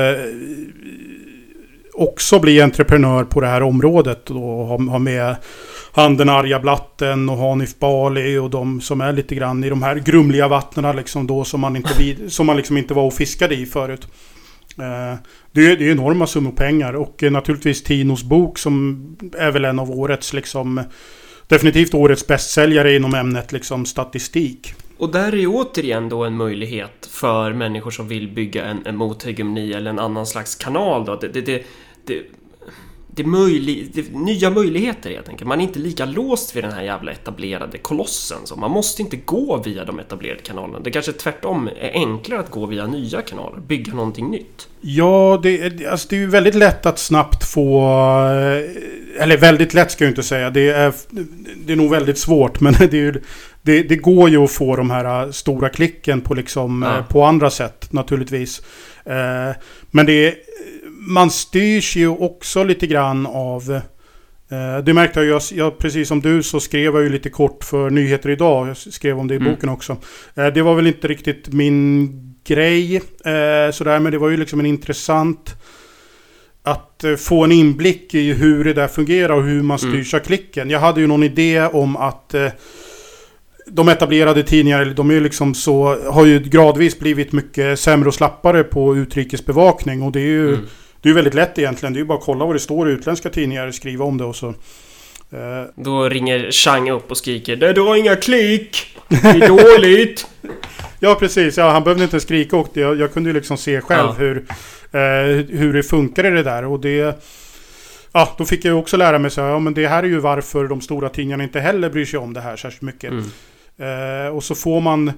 också bli entreprenör på det här området och ha, ha med Handen Arja Blatten och Hanif Bali och de som är lite grann i de här grumliga vattnena liksom då som man inte, vid, som man liksom inte var och fiskade i förut. Eh, det, är, det är enorma summor pengar och eh, naturligtvis Tinos bok som är väl en av årets liksom definitivt årets bästsäljare inom ämnet liksom statistik. Och där är ju återigen då en möjlighet för människor som vill bygga en, en mothegemoni eller en annan slags kanal då. Det, det, det, det, det, är möjlig, det är nya möjligheter helt enkelt. Man är inte lika låst vid den här jävla etablerade kolossen. Så man måste inte gå via de etablerade kanalerna. Det kanske tvärtom är enklare att gå via nya kanaler. Bygga någonting nytt. Ja, det är, alltså det är ju väldigt lätt att snabbt få... Eller väldigt lätt ska jag inte säga. Det är, det är nog väldigt svårt. Men det, är ju, det, det går ju att få de här stora klicken på, liksom, ja. på andra sätt naturligtvis. Men det är... Man styrs ju också lite grann av... Eh, det märkte jag, jag, precis som du så skrev jag ju lite kort för Nyheter idag. Jag skrev om det i mm. boken också. Eh, det var väl inte riktigt min grej. Eh, sådär, men det var ju liksom en intressant... Att eh, få en inblick i hur det där fungerar och hur man styrs mm. av klicken. Jag hade ju någon idé om att... Eh, de etablerade tidningar, de är ju liksom så, har ju gradvis blivit mycket sämre och slappare på utrikesbevakning. Och det är ju... Mm. Det är ju väldigt lätt egentligen. Det är ju bara att kolla vad det står i utländska tidningar, skriva om det och så. Uh, Då ringer Chang upp och skriker: det drar inga klick! Det är dåligt! Ja, precis. Ja, han behövde inte skrika och det. Jag, jag kunde ju liksom se själv ja. hur, uh, hur det funkar i det där. Och det... Ja, då fick jag ju också lära mig så ja, men det här är ju varför de stora tidningarna inte heller bryr sig om det här särskilt mycket. Mm. Uh, och så får man...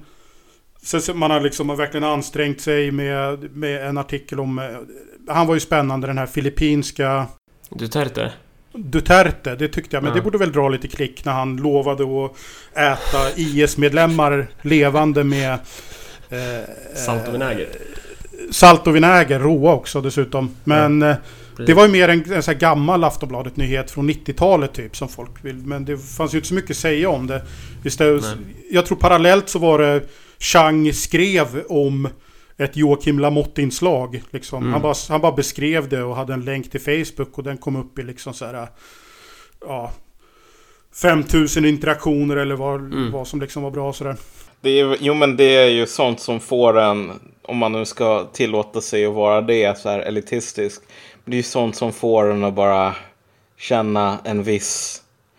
Så man har liksom verkligen ansträngt sig med, med en artikel om... Han var ju spännande, den här filippinska... Duterte. Duterte, det tyckte jag. Men ja. det borde väl dra lite klick när han lovade att äta I S-medlemmar levande med... Eh, salt och vinäger. Eh, salt och vinäger, råa också dessutom. Men ja. det var ju mer en, en sån här gammal Aftonbladet-nyhet från nittiotalet typ som folk vill. Men det fanns ju inte så mycket att säga om det. Istället, jag tror parallellt så var det... Chang skrev om ett Joakim Lamotte-inslag. Liksom. Mm. Han, bara, han bara beskrev det och hade en länk till Facebook och den kom upp i liksom så här, ja, femtusen interaktioner eller vad, mm. vad som liksom var bra. Så där. Det är, jo, men det är ju sånt som får en, om man nu ska tillåta sig att vara det så här elitistisk, det är ju sånt som får en att bara känna en viss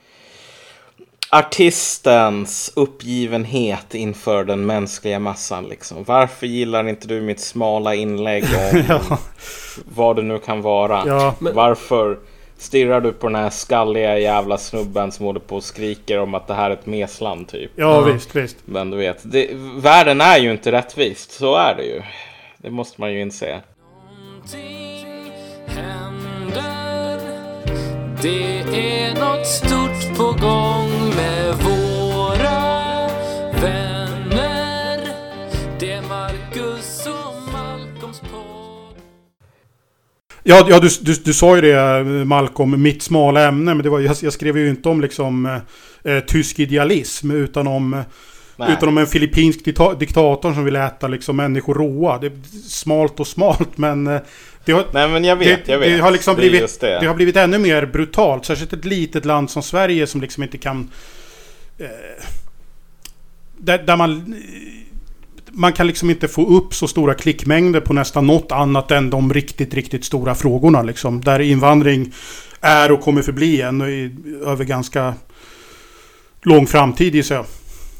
artistens uppgivenhet inför den mänskliga massan liksom. Varför gillar inte du mitt smala inlägg om ja. vad det nu kan vara? Ja. Varför stirrar du på den här skalliga jävla snubben som håller på och skriker om att det här är ett mesland typ. Ja, mm. visst, visst. Men du vet, det, världen är ju inte rättvist, så är det ju. Det måste man ju inse. Någonting händer. Det är något stort på gång med våra vänner. Det är Marcus och Malcolms podd. Ja, ja du, du, du sa ju det, Malcolm, mitt smala ämne. Men det var, jag, jag skrev ju inte om liksom eh, tysk idealism utan om... Nej. Utan om en filippinsk dikta- diktator som vill äta liksom människor råa. Det är smalt och smalt, men det har, Nej, men jag vet, det, jag vet. Det har liksom det blivit det. det har blivit ännu mer brutalt, särskilt ett litet land som Sverige som liksom inte kan eh, där, där man man kan liksom inte få upp så stora klickmängder på nästan något annat än de riktigt riktigt stora frågorna liksom, där invandring är och kommer förbli en över ganska lång framtid i sig.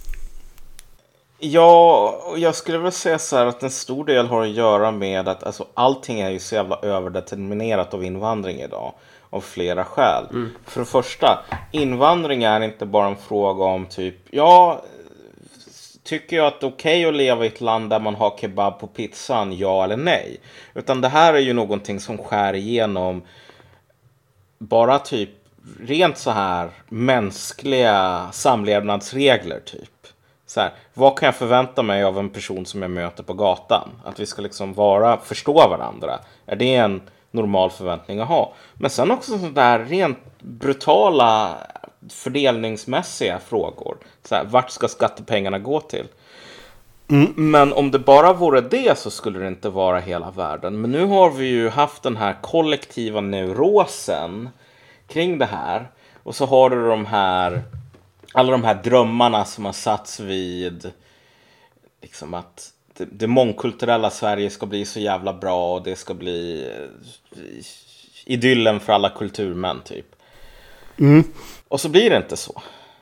Ja, jag skulle väl säga så här att en stor del har att göra med att alltså, allting är ju så jävla överdeterminerat av invandring idag. Av flera skäl. Mm. För det första, invandring är inte bara en fråga om typ, ja, tycker jag att det är okej att leva i ett land där man har kebab på pizzan, ja eller nej? Utan det här är ju någonting som skär igenom bara typ rent så här mänskliga samlevnadsregler typ. Så här, vad kan jag förvänta mig av en person som jag möter på gatan? Att vi ska liksom vara, förstå varandra. Är det en normal förväntning att ha? Men sen också sådana där rent brutala fördelningsmässiga frågor. Så här, vart ska skattepengarna gå till? Mm. Men om det bara vore det så skulle det inte vara hela världen. Men nu har vi ju haft den här kollektiva neurosen kring det här. Och så har du de här... Alla de här drömmarna som har satts vid liksom att det, det mångkulturella Sverige ska bli så jävla bra och det ska bli idyllen för alla kulturmän typ. Mm. Och så blir det inte så.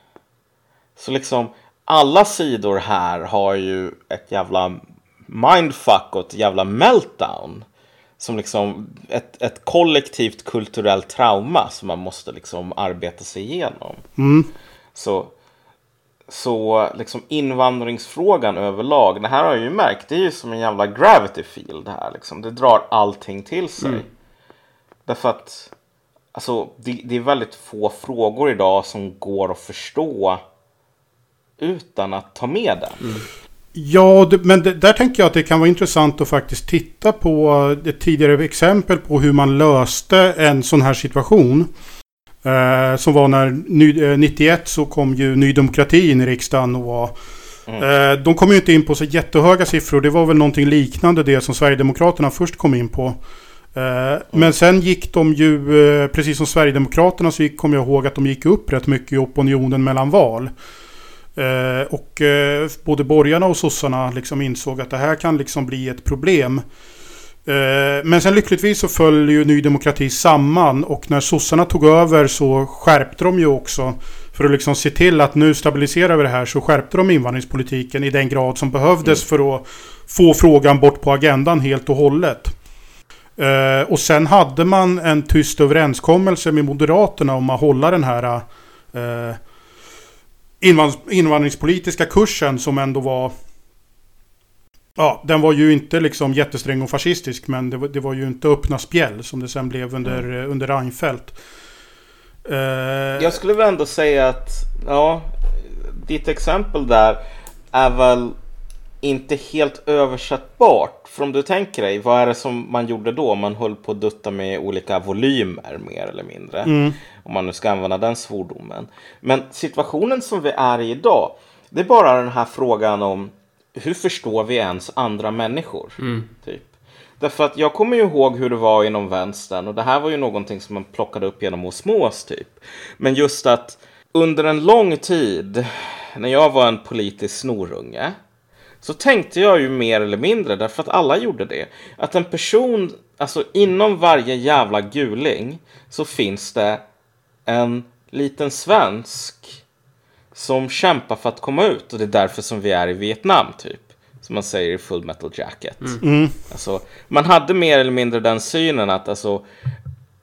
Så liksom alla sidor här har ju ett jävla mindfuck och ett jävla meltdown. Som liksom ett, ett kollektivt kulturellt trauma som man måste liksom arbeta sig igenom. Mm. Så, så liksom invandringsfrågan överlag, det här har jag ju märkt, det är ju som en jävla gravity field det här liksom. Det drar allting till sig. Mm. Därför att alltså, det, det är väldigt få frågor idag som går att förstå utan att ta med den. Mm. Ja, det, men det, där tänker jag att det kan vara intressant att faktiskt titta på ett tidigare exempel på hur man löste en sån här situation. Eh, som var när ny, eh, nittioett så kom ju Ny Demokrati in i riksdagen och var, mm. eh, de kom ju inte in på så jättehöga siffror. Det var väl någonting liknande det som Sverigedemokraterna först kom in på. Eh, mm. Men sen gick de ju, eh, precis som Sverigedemokraterna så gick, kom jag ihåg att de gick upp rätt mycket i opinionen mellan val. Eh, och eh, både borgarna och sossarna liksom insåg att det här kan liksom bli ett problem. Men sen lyckligtvis så föll ju Ny Demokrati samman och när sossarna tog över så skärpte de ju också för att liksom se till att nu stabiliserar vi det här, så skärpte de invandringspolitiken i den grad som behövdes mm. för att få frågan bort på agendan helt och hållet. Och sen hade man en tyst överenskommelse med Moderaterna om att hålla den här eh, invandringspolitiska kursen som ändå var... Ja, den var ju inte liksom jättesträng och fascistisk, men det var, det var ju inte öppna spjäll som det sen blev under, mm. under Reinfeldt. Uh, Jag skulle väl ändå säga att ja, ditt exempel där är väl inte helt översättbart. För om du tänker dig, vad är det som man gjorde då? Man höll på att dutta med olika volymer mer eller mindre. Mm. Om man nu ska använda den svordomen. Men situationen som vi är i idag, det är bara den här frågan om hur förstår vi ens andra människor? Mm. Typ. Därför att jag kommer ju ihåg hur det var inom vänstern. Och det här var ju någonting som man plockade upp genom osmos typ. Men just att under en lång tid, när jag var en politisk snorunge, så tänkte jag ju mer eller mindre, därför att alla gjorde det, att en person, alltså inom varje jävla guling så finns det en liten svensk som kämpar för att komma ut. Och det är därför som vi är i Vietnam typ. Som man säger i Full Metal Jacket. Mm. Alltså, man hade mer eller mindre den synen att alltså,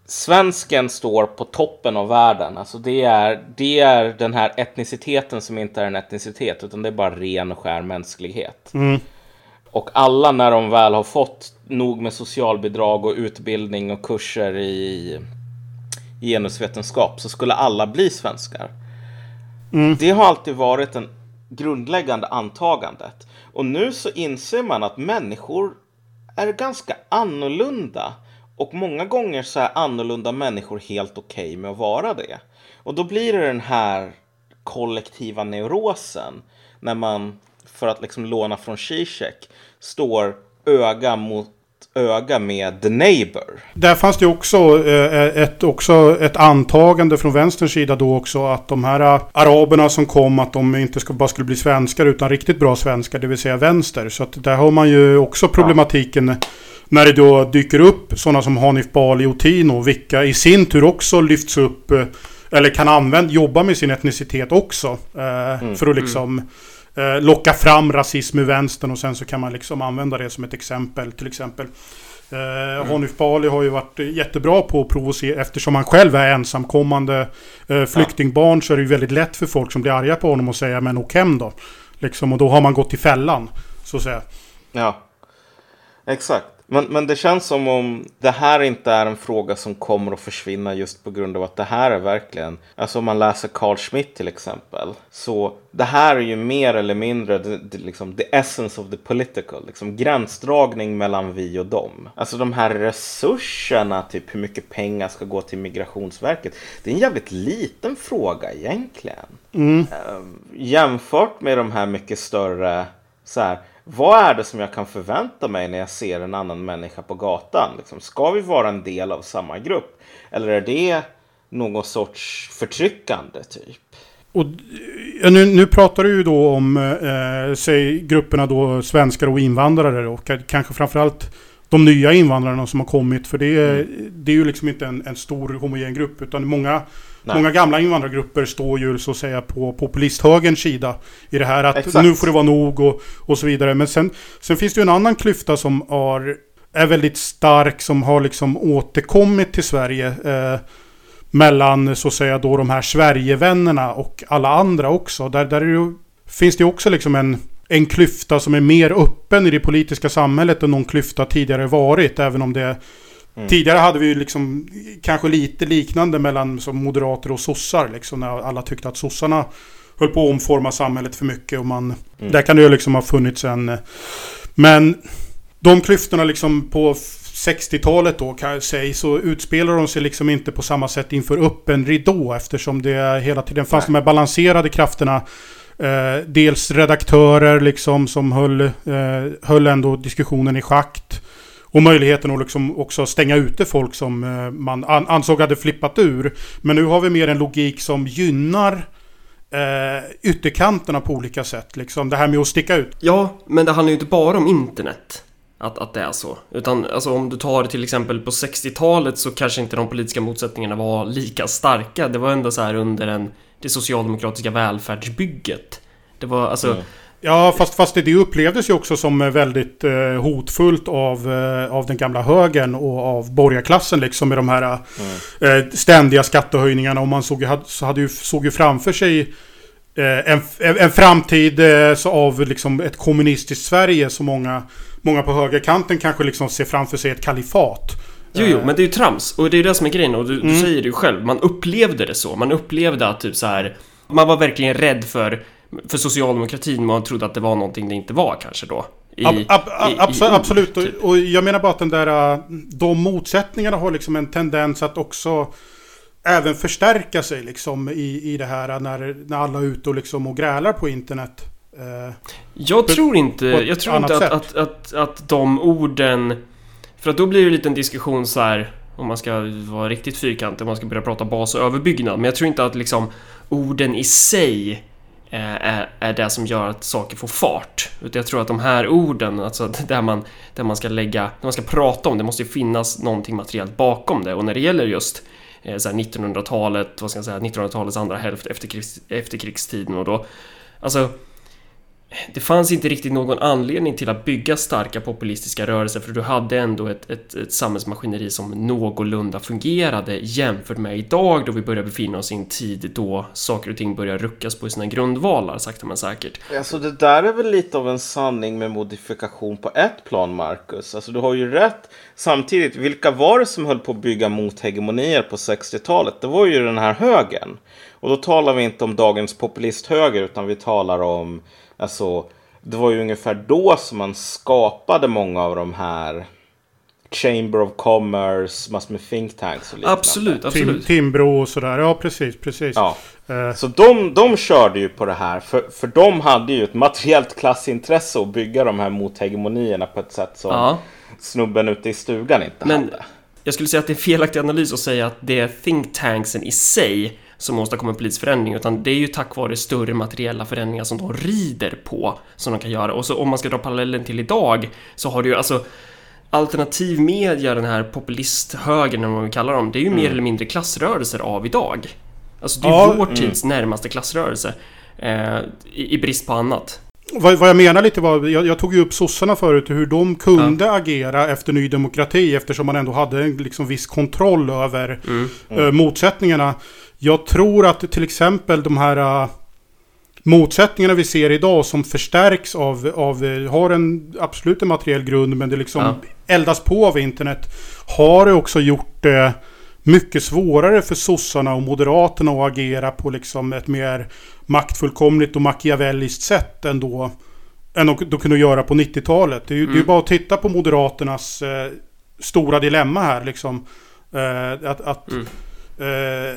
svensken står på toppen av världen. Alltså det är, det är den här etniciteten som inte är en etnicitet, utan det är bara ren och skär mänsklighet. Mm. Och alla, när de väl har fått nog med socialbidrag och utbildning och kurser i genusvetenskap, så skulle alla bli svenskar. Mm. Det har alltid varit en grundläggande antagandet. Och nu så inser man att människor är ganska annorlunda. Och många gånger så är annorlunda människor helt okej okay med att vara det. Och då blir det den här kollektiva neurosen. När man, för att liksom låna från Zizek, står öga mot öga med the neighbor. Där fanns det också ett, också ett antagande från vänsterns sida då också, att de här araberna som kom, att de inte ska, bara skulle bli svenskar utan riktigt bra svenskar, det vill säga vänster. Så att där har man ju också problematiken, ja, när det då dyker upp sådana som Hanif Bali och Tino, vilka i sin tur också lyfts upp eller kan använda, jobba med sin etnicitet också eh, mm, för att liksom mm. eh, locka fram rasism i vänstern, och sen så kan man liksom använda det som ett exempel till exempel. Eh, mm. Hanif Bali har ju varit jättebra på att provocera, eftersom han själv är ensamkommande eh, flyktingbarn, ja. Så är det ju väldigt lätt för folk som blir arga på honom att säga men åk hem då. Liksom, och då har man gått i fällan, så att säga. Ja, exakt. Men, men det känns som om det här inte är en fråga som kommer att försvinna just på grund av att det här är verkligen... Alltså om man läser Carl Schmitt till exempel. Så det här är ju mer eller mindre det, det, liksom, the essence of the political. Liksom, gränsdragning mellan vi och dem. Alltså de här resurserna, typ hur mycket pengar ska gå till Migrationsverket. Det är en jävligt liten fråga egentligen. Mm. Uh, jämfört med de här mycket större... Så här, vad är det som jag kan förvänta mig när jag ser en annan människa på gatan? Liksom, ska vi vara en del av samma grupp? Eller är det någon sorts förtryckande typ? Och nu, nu pratar du ju då om eh, säg, grupperna då svenskar och invandrare, och kanske framförallt de nya invandrarna som har kommit. För det är, mm. det är ju liksom inte en, en stor homogen grupp, utan många... Många gamla invandrargrupper står ju så att säga på populisthögerns sida i det här, att exakt, nu får det vara nog och, och så vidare. Men sen, sen finns det ju en annan klyfta som har, är väldigt stark, som har liksom återkommit till Sverige eh, mellan så att säga då de här Sverigevännerna och alla andra också. Där, där är det, finns det också liksom en, en klyfta som är mer öppen i det politiska samhället än någon klyfta tidigare varit, även om det Mm. Tidigare hade vi ju liksom kanske lite liknande mellan som moderater och sossar liksom, när alla tyckte att sossarna höll på att omforma samhället för mycket, och man, mm. där kan det ju liksom ha funnits en, men de klyftorna liksom på sextiotalet då kan jag säga, så utspelar de sig liksom inte på samma sätt inför öppen ridå, eftersom det hela tiden fanns Nej. de här balanserade krafterna. Eh, dels redaktörer liksom som höll, eh, höll ändå diskussionen i schakt. Och möjligheten att liksom också stänga ute folk som man ansåg hade flippat ur. Men nu har vi mer en logik som gynnar eh, ytterkanterna på olika sätt. Liksom det här med att sticka ut. Ja, men det handlar ju inte bara om internet. Att, att det är så. Utan alltså, om du tar det till exempel på sextiotalet, så kanske inte de politiska motsättningarna var lika starka. Det var ändå så här under en, det socialdemokratiska välfärdsbygget. Det var alltså... Mm. Ja, fast, fast det, det upplevdes ju också som väldigt eh, hotfullt av, eh, av den gamla högern och av borgarklassen liksom, med de här mm. eh, ständiga skattehöjningarna. Och man såg, hade, så hade ju, såg ju framför sig eh, en, en framtid eh, så av liksom, ett kommunistiskt Sverige, så många, många på högerkanten kanske liksom ser framför sig ett kalifat. Jo, jo, men det är ju trams. Och det är ju det som är grejen. Och du, mm. du säger det ju själv. Man upplevde det så. Man upplevde att typ så här, man var verkligen rädd för för socialdemokratin, man trodde att det var någonting det inte var kanske då. I, ab, ab, ab, i, absolut, i, absolut. Typ. Och, och jag menar bara att den där, de motsättningarna har liksom en tendens att också även förstärka sig liksom i, i det här när, när alla är ute och, liksom och grälar på internet. Eh, jag tror inte, jag tror inte att, att, att, att de orden, för att då blir det lite en diskussion så här, om man ska vara riktigt fyrkantig, om man ska börja prata bas och överbyggnad. Men jag tror inte att liksom orden i sig Är, är det som gör att saker får fart. Utan jag tror att de här orden, alltså där man, där man ska lägga, när man ska prata om det, måste ju finnas någonting materiellt bakom det. Och när det gäller just eh, så här nittonhundratalet, vad ska jag säga, nittonhundratalets andra hälft efter, krigs, efter krigstiden och då, alltså det fanns inte riktigt någon anledning till att bygga starka populistiska rörelser, för du hade ändå ett, ett, ett samhällsmaskineri som någorlunda fungerade jämfört med idag, då vi börjar befinna oss i en tid då saker och ting börjar ruckas på sina grundvalar, sakta men säkert. Alltså det där är väl lite av en sanning med modifikation på ett plan, Marcus. Alltså du har ju rätt. Samtidigt, vilka var det som höll på att bygga mothegemonier på sextiotalet? Det var ju den här högen. Och då talar vi inte om dagens populisthöger, utan vi talar om, alltså, det var ju ungefär då som man skapade många av de här Chamber of Commerce, massor med think tanks och liknande. Absolut, absolut. Tim, Timbro och sådär, ja precis, precis. Ja. Uh. Så de, de körde ju på det här, för, för de hade ju ett materiellt klassintresse att bygga de här mothegemonierna på ett sätt som ja. snubben ute i stugan inte Men hade. Jag skulle säga att det är felaktig analys att säga att det är think tanksen i sig som åstadkommer politisk förändring, utan det är ju tack vare större materiella förändringar som de rider på, som de kan göra. Och så om man ska dra parallellen till idag, så har du ju alltså alternativ media, den här populisthögern, vad vi kallar dem, det är ju mm. mer eller mindre klassrörelser av idag. Alltså det är ja, vår tids mm. närmaste klassrörelse, eh, i, i brist på annat. Vad, vad jag menar lite var, jag, jag tog ju upp sossarna förut, hur de kunde ja. agera efter Ny Demokrati, eftersom man ändå hade en liksom viss kontroll över mm. Mm. Uh, motsättningarna. Jag tror att till exempel de här uh, motsättningarna vi ser idag, som förstärks av, av uh, har en absolut en materiell grund, men det liksom ja. eldas på av internet, har det också gjort det uh, mycket svårare för sossarna och moderaterna att agera på liksom ett mer maktfullkomligt och machiavelliskt sätt ändå, än att de kunde göra på nittiotalet. Det är ju mm. det är bara att titta på moderaternas eh, stora dilemma här liksom. Eh, att att mm. eh,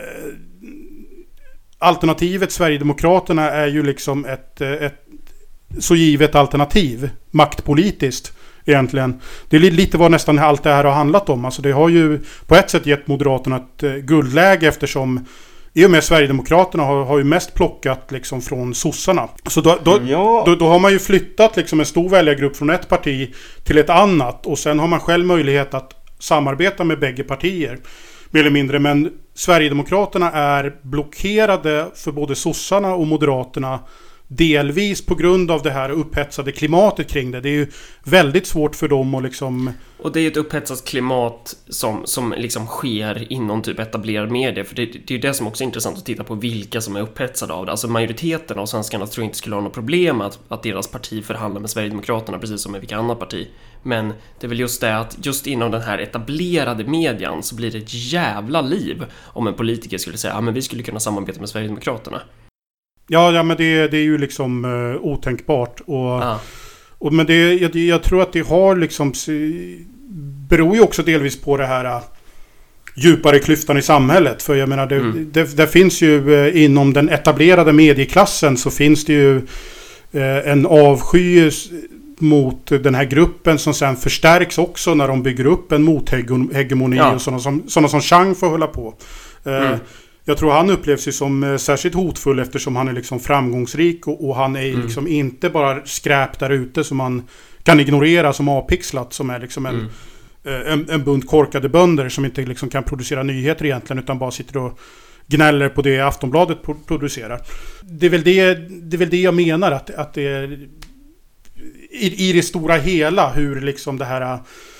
alternativet Sverigedemokraterna är ju liksom ett, ett så givet alternativ maktpolitiskt egentligen. Det är lite vad nästan allt det här har handlat om. Alltså det har ju på ett sätt gett Moderaterna ett eh, guldläge, eftersom i och med Sverigedemokraterna har, har ju mest plockat liksom från sossarna. Så då, då, ja. då, då har man ju flyttat liksom en stor väljargrupp från ett parti till ett annat, och sen har man själv möjlighet att samarbeta med bägge partier mer eller mindre. Men Sverigedemokraterna är blockerade för både sossarna och Moderaterna, delvis på grund av det här upphetsade klimatet kring det. Det är ju väldigt svårt för dem att liksom... Och det är ett upphetsat klimat som, som liksom sker inom typ etablerad media. För det, det är ju det som också är intressant att titta på, vilka som är upphetsade av det. Alltså majoriteten av svenskarna tror inte skulle ha något problem att, att deras parti förhandlar med Sverigedemokraterna, precis som med vilka annat parti. Men det är väl just det att just inom den här etablerade median så blir det ett jävla liv om en politiker skulle säga, ja men vi skulle kunna samarbeta med Sverigedemokraterna. Ja, ja men det, det är ju liksom uh, otänkbart. Och, ah. och, men det, jag, jag tror att det har liksom... beror ju också delvis på det här uh, djupare klyftan i samhället. För jag menar, det, mm. det, det finns ju uh, inom den etablerade medieklassen så finns det ju uh, en avsky mot den här gruppen som sen förstärks också när de bygger upp en mothegemoni ja. och sådana som, sådana som Chang får hålla på. Uh, mm. Jag tror han upplevs ju som eh, särskilt hotfull, eftersom han är liksom framgångsrik och, och han är mm. liksom inte bara skräp där ute som man kan ignorera som avpixlat, som är liksom en, mm. eh, en, en bunt korkade bönder som inte liksom kan producera nyheter egentligen, utan bara sitter och gnäller på det Aftonbladet producerar. Det är väl det, det, är väl det jag menar, att, att det är i, i det stora hela hur liksom det här...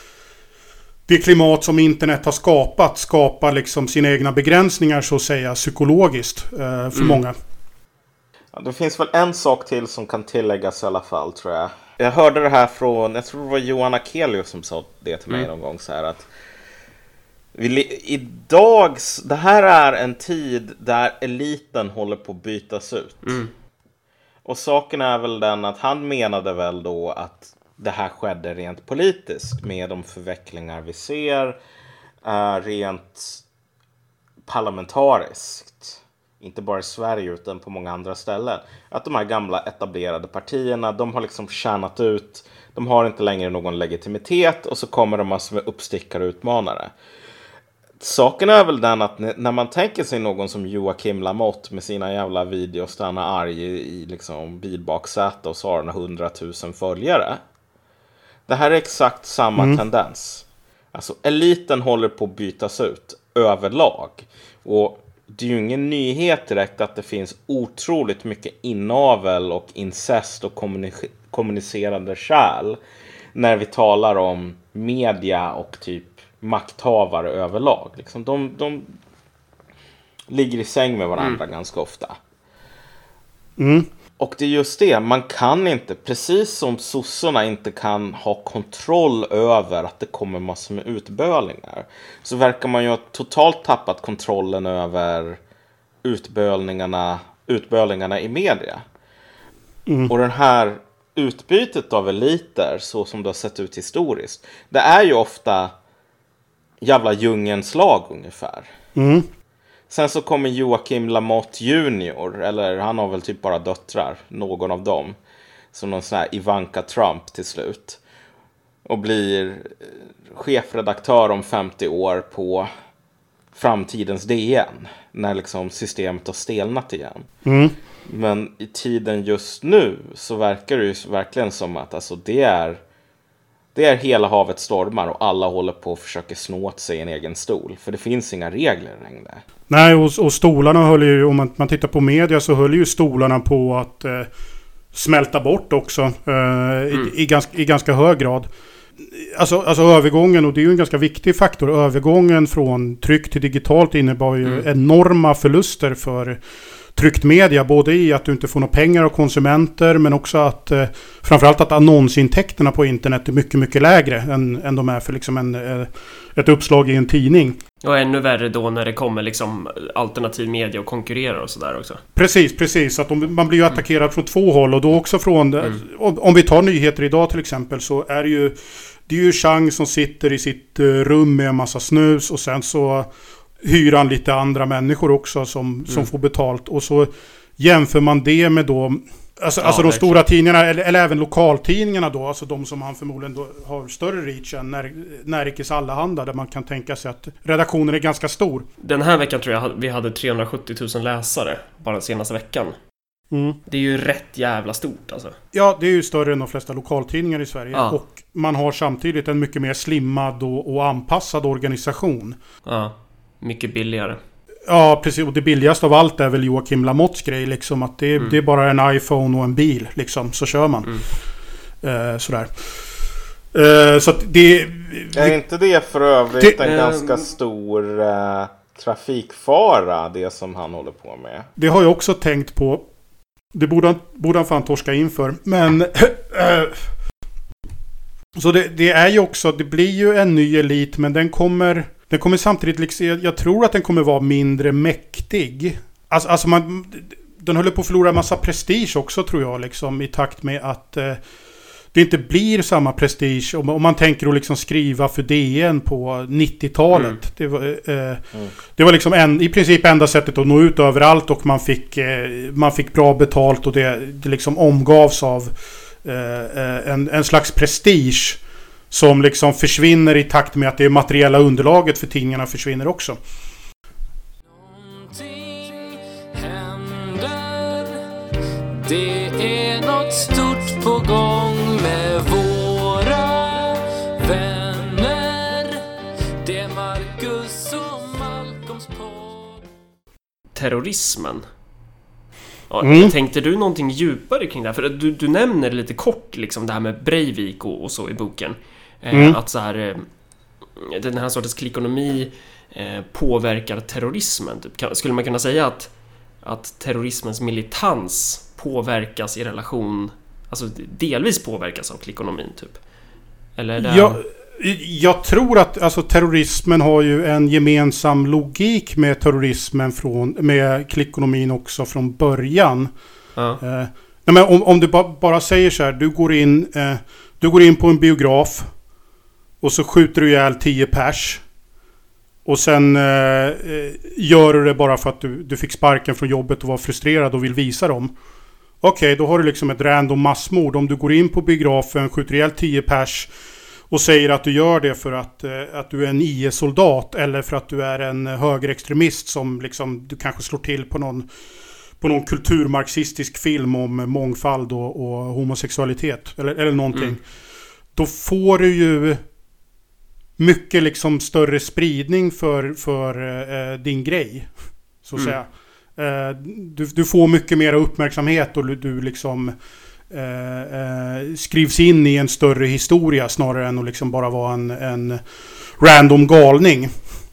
Det klimat som internet har skapat skapar liksom sina egna begränsningar, så att säga, psykologiskt eh, för mm. många. Ja, det finns väl en sak till som kan tilläggas i alla fall, tror jag. Jag hörde det här från, jag tror det var Johan Akelius som sa det till mig mm. någon gång, så här att vi, idag, det här är en tid där eliten håller på att bytas ut. Mm. Och saken är väl den att han menade väl då att det här skedde rent politiskt med de förvecklingar vi ser, uh, rent parlamentariskt. Inte bara i Sverige utan på många andra ställen. Att de här gamla etablerade partierna, de har liksom tjänat ut. De har inte längre någon legitimitet, och så kommer de massor med uppstickare och utmanare. Saken är väl den att när man tänker sig någon som Joakim Lamotte med sina jävla videos där han är arg i, i liksom bilbaksäte och så har han hundratusen följare. Det här är exakt samma mm. tendens. Alltså eliten håller på att bytas ut överlag. Och det är ju ingen nyhet direkt att det finns otroligt mycket inavel och incest och kommunik- kommunicerande kärl när vi talar om media och typ makthavare överlag. Liksom de, de ligger i säng med varandra mm. ganska ofta. Mm. Och det är just det, man kan inte, precis som sossarna inte kan ha kontroll över att det kommer massor med utbölningar, så verkar man ju ha totalt tappat kontrollen över utbölningarna, utbölningarna i media. Mm. Och den här utbytet av eliter, så som det har sett ut historiskt, det är ju ofta jävla djungens lag ungefär. Mm. Sen så kommer Joakim Lamotte junior, eller han har väl typ bara döttrar, någon av dem, som någon sån här Ivanka Trump till slut, och blir chefredaktör om femtio år på framtidens D N, när liksom systemet har stelnat igen. Mm. Men i tiden just nu så verkar det ju verkligen som att alltså det är Det är hela havet stormar och alla håller på att försöka snå åt sig en egen stol. För det finns inga regler längre. Nej, och, och stolarna höll ju, om man, man tittar på media så höll ju stolarna på att eh, smälta bort också. Eh, mm. i, i, ganska, I ganska hög grad. Alltså, alltså övergången, och det är ju en ganska viktig faktor. Övergången från tryck till digitalt innebar ju mm. enorma förluster för tryckt media, både i att du inte får några pengar av konsumenter, men också att eh, framförallt att annonsintäkterna på internet är mycket, mycket lägre än, än de är för liksom en, eh, ett uppslag i en tidning. Och ännu värre då när det kommer liksom alternativ media och konkurrerar och sådär också. Precis, precis. Att de, man blir ju attackerad mm. från två håll, och då också från, mm. om, om vi tar nyheter idag till exempel, så är det ju det är ju Chang som sitter i sitt rum med en massa snus, och sen så hyr han lite andra människor också som, mm. som får betalt. Och så jämför man det med då alltså, ja, alltså de stora tidningarna, eller, eller även lokaltidningarna då, alltså de som han förmodligen då har större reach än när, Närikes Allehanda, där man kan tänka sig att redaktionen är ganska stor. Den här veckan tror jag vi hade trehundrasjuttio tusen läsare bara den senaste veckan. Mm. Det är ju rätt jävla stort alltså. Ja, det är ju större än de flesta lokaltidningar i Sverige. Ja. Och man har samtidigt en mycket mer slimmad och, och anpassad organisation. Ja. Mycket billigare. Ja, precis. Och det billigaste av allt är väl Joakim Lamottes grej. Liksom, att det, mm. det är bara en iPhone och en bil. Liksom, så kör man. Mm. Eh, sådär. Eh, så att det... Är inte det för övrigt det, en eh, ganska stor eh, trafikfara, det som han håller på med? Det har jag också tänkt på. Det borde han, borde han fan torska in för. Men... Eh, så det, det är ju också... Det blir ju en ny elit, men den kommer... Den kommer samtidigt, liksom, jag tror att den kommer vara mindre mäktig. Alltså, alltså man, den håller på att förlora en massa prestige också, tror jag, liksom, i takt med att eh, det inte blir samma prestige. Om, om man tänker att liksom skriva för D N på nittiotalet. Mm. Det var, eh, mm. det var liksom en, i princip enda sättet att nå ut överallt, och man fick, eh, man fick bra betalt, och det, det liksom omgavs av eh, en, en slags prestige som liksom försvinner i takt med att det materiella underlaget för tidningarna försvinner också. Någonting händer. Det är något stort på gång med våra vänner. Det är Marcus och Malcolms podd. Terrorismen. Ja, mm. Tänkte du någonting djupare kring det här? För du, du nämner lite kort liksom det här med Breivik och, och så i boken. Mm. Eh, att så här, eh, den här sortens klickonomi eh, påverkar terrorismen. Typ. Kan, skulle man kunna säga att, att terrorismens militans påverkas i relation, alltså delvis påverkas av klickonomin typ? Eller är det... jag, jag tror att alltså, terrorismen har ju en gemensam logik med terrorismen från, med klickonomin också från början. Ja. Eh, nej, men om, om du ba, bara säger så här, du går in eh, du går in på en biograf och så skjuter du ihjäl tio pers. Och sen eh, gör du det bara för att du, du fick sparken från jobbet och var frustrerad och vill visa dem. Okej, okay, då har du liksom ett random massmord. Om du går in på biografen, skjuter ihjäl tio pers och säger att du gör det för att, eh, att du är en I S-soldat, eller för att du är en högerextremist som liksom, du kanske slår till på någon, på någon kulturmarxistisk film om mångfald och, och homosexualitet eller, eller någonting. Mm. Då får du ju mycket liksom större spridning för, för eh, din grej. så att Mm. säga. Eh, du, du får mycket mer uppmärksamhet och du, du liksom eh, eh, skrivs in i en större historia snarare än att liksom bara vara en, en random galning.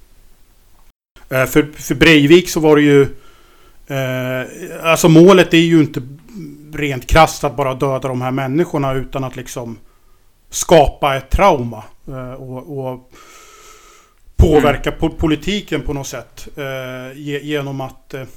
Eh, för, för Breivik så var det ju eh, alltså målet är ju inte rent krasst att bara döda de här människorna utan att liksom skapa ett trauma eh, och, och påverka mm. po- politiken på något sätt eh, genom att eh,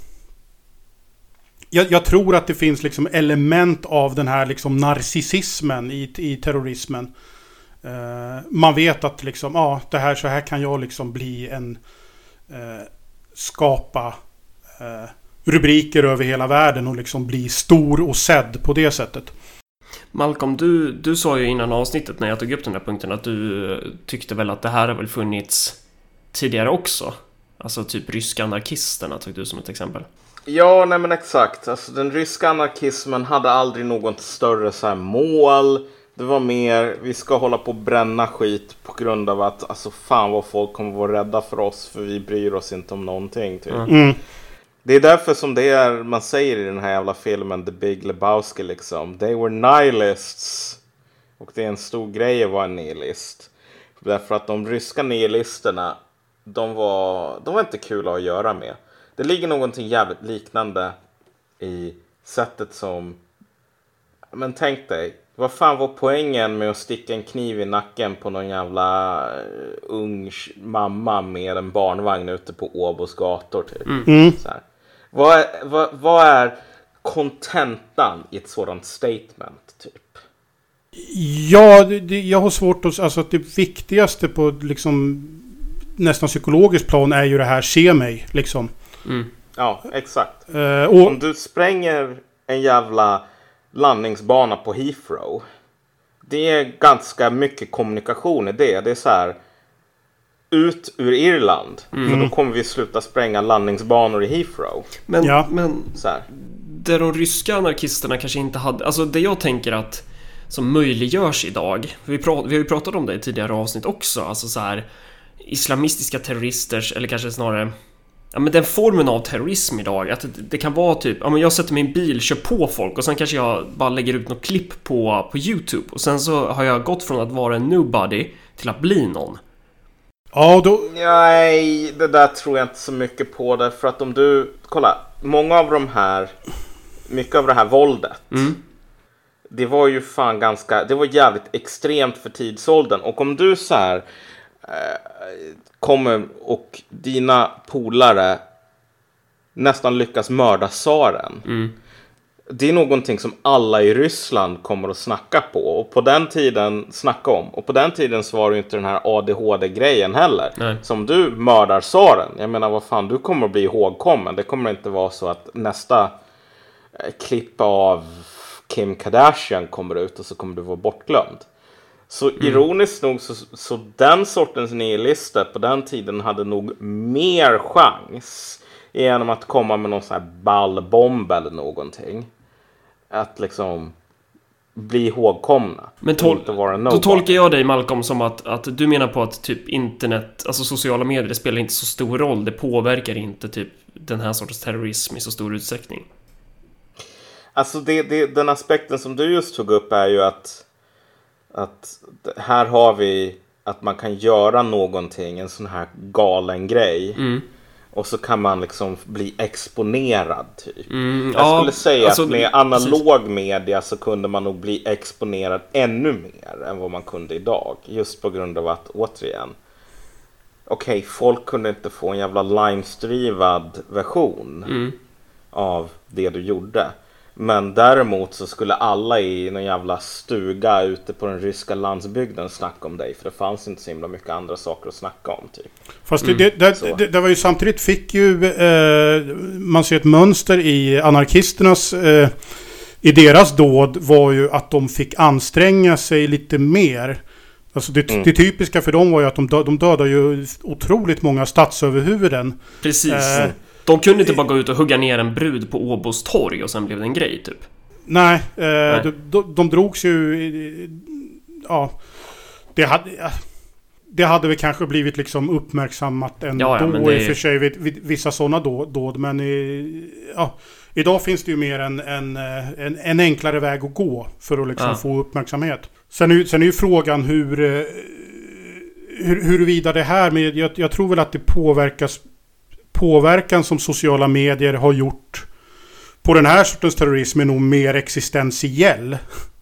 jag, jag tror att det finns liksom element av den här liksom narcissismen i, i terrorismen. Eh, man vet att liksom, ja, det här, så här kan jag liksom bli en eh, skapa eh, rubriker över hela världen och liksom bli stor och sedd på det sättet. Malcolm, du, du sa ju innan avsnittet när jag tog upp den här punkten att du tyckte väl att det här har väl funnits tidigare också. Alltså typ ryska anarkisterna tog du som ett exempel. Ja, nej men exakt. Alltså, den ryska anarkismen hade aldrig något större så här mål. Det var mer, vi ska hålla på och bränna skit på grund av att alltså fan vad folk kommer vara rädda för oss för vi bryr oss inte om någonting typ. Mm. Det är därför som det är, man säger i den här jävla filmen The Big Lebowski liksom. They were nihilists. Och det är en stor grej att vara en nihilist. Därför att de ryska nihilisterna, de var, de var inte kul att göra med. Det ligger någonting jävligt liknande i sättet som... Men tänk dig, vad fan var poängen med att sticka en kniv i nacken på någon jävla ung mamma med en barnvagn ute på Åbos gator typ? Mm. Så här. Vad är, vad, vad är kontentan i ett sådant statement typ? Ja, det, det, jag har svårt att... Alltså att det viktigaste på liksom nästan psykologiskt plan är ju det här, se mig liksom. Mm. Ja, exakt. Uh, och, Om du spränger en jävla landningsbana på Heathrow, det är ganska mycket kommunikation i det. Det är så här, ut ur Irland, Mm. för då kommer vi sluta spränga landningsbanor i Heathrow. Men, Ja. men Så här. det de ryska anarkisterna kanske inte hade... Alltså det jag tänker att som möjliggörs idag, vi, prat, vi har ju pratat om det i tidigare avsnitt också, alltså så här islamistiska terroristers, eller kanske snarare ja, men den formen av terrorism idag, att det, det kan vara typ, ja men jag sätter mig i en bil, kör på folk och sen kanske jag bara lägger ut något klipp på, på YouTube och sen så har jag gått från att vara en nobody till att bli någon. ja, då... Nej, det där tror jag inte så mycket på det. För att om du, kolla, många av de här, mycket av det här våldet, Mm. det var ju fan ganska, det var jävligt extremt för tidsåldern. Och om du så här eh, kommer och dina polare nästan lyckas mörda tsaren. Mm. Det är någonting som alla i Ryssland kommer att snacka på. Och på den tiden, snacka om. Och på den tiden så var det ju inte den här A D H D-grejen heller. Nej. Som du mördar tsaren. Jag menar, vad fan, du kommer att bli ihågkommen. Det kommer inte vara så att nästa eh, klipp av Kim Kardashian kommer ut och så kommer du vara bortglömd. Så mm. ironiskt nog så, så den sortens nihilister på den tiden hade nog mer chans genom att komma med någon sån här ballbomb eller någonting. Att liksom bli ihågkomna. Men tol- inte vara då tolkar jag dig, Malcolm, som att, att du menar på att typ internet, alltså sociala medier, det spelar inte så stor roll. Det påverkar inte typ den här sortens terrorism i så stor utsträckning. Alltså det, det, den aspekten som du just tog upp är ju att, att här har vi att man kan göra någonting, en sån här galen grej. Mm. Och så kan man liksom bli exponerad typ. Mm, jag ja, skulle säga alltså, att med analog precis. media så kunde man nog bli exponerad ännu mer än vad man kunde idag. Just på grund av att, återigen, okej, okay, folk kunde inte få en jävla livestreamad version mm. av det du gjorde. Men däremot så skulle alla i någon jävla stuga ute på den ryska landsbygden snacka om dig. För det fanns inte så himla mycket andra saker att snacka om typ. Fast Mm. det, det, det, det var ju samtidigt fick ju eh, man ser ett mönster i anarkisternas eh, i deras dåd var ju att de fick anstränga sig lite mer. Alltså det, Mm. det typiska för dem var ju att de, dö, de dödade ju otroligt många statsöverhuvuden. Precis. Eh, De kunde inte bara gå ut och hugga ner en brud på Åbos torg och sen blev det en grej typ. Nej, eh, Nej. De, de, de drogs ju... i- Ja, det hade... det hade väl kanske blivit liksom uppmärksammat ändå ja, ja, men det... i och för sig vid, vid vissa sådana dåd. Men i, ja, idag finns det ju mer en, en, en, en enklare väg att gå för att liksom ja. få uppmärksamhet. Sen är, sen är ju frågan hur, hur huruvida det här, men jag, jag tror väl att det påverkas påverkan som sociala medier har gjort på den här sortens terrorism är nog mer existentiell.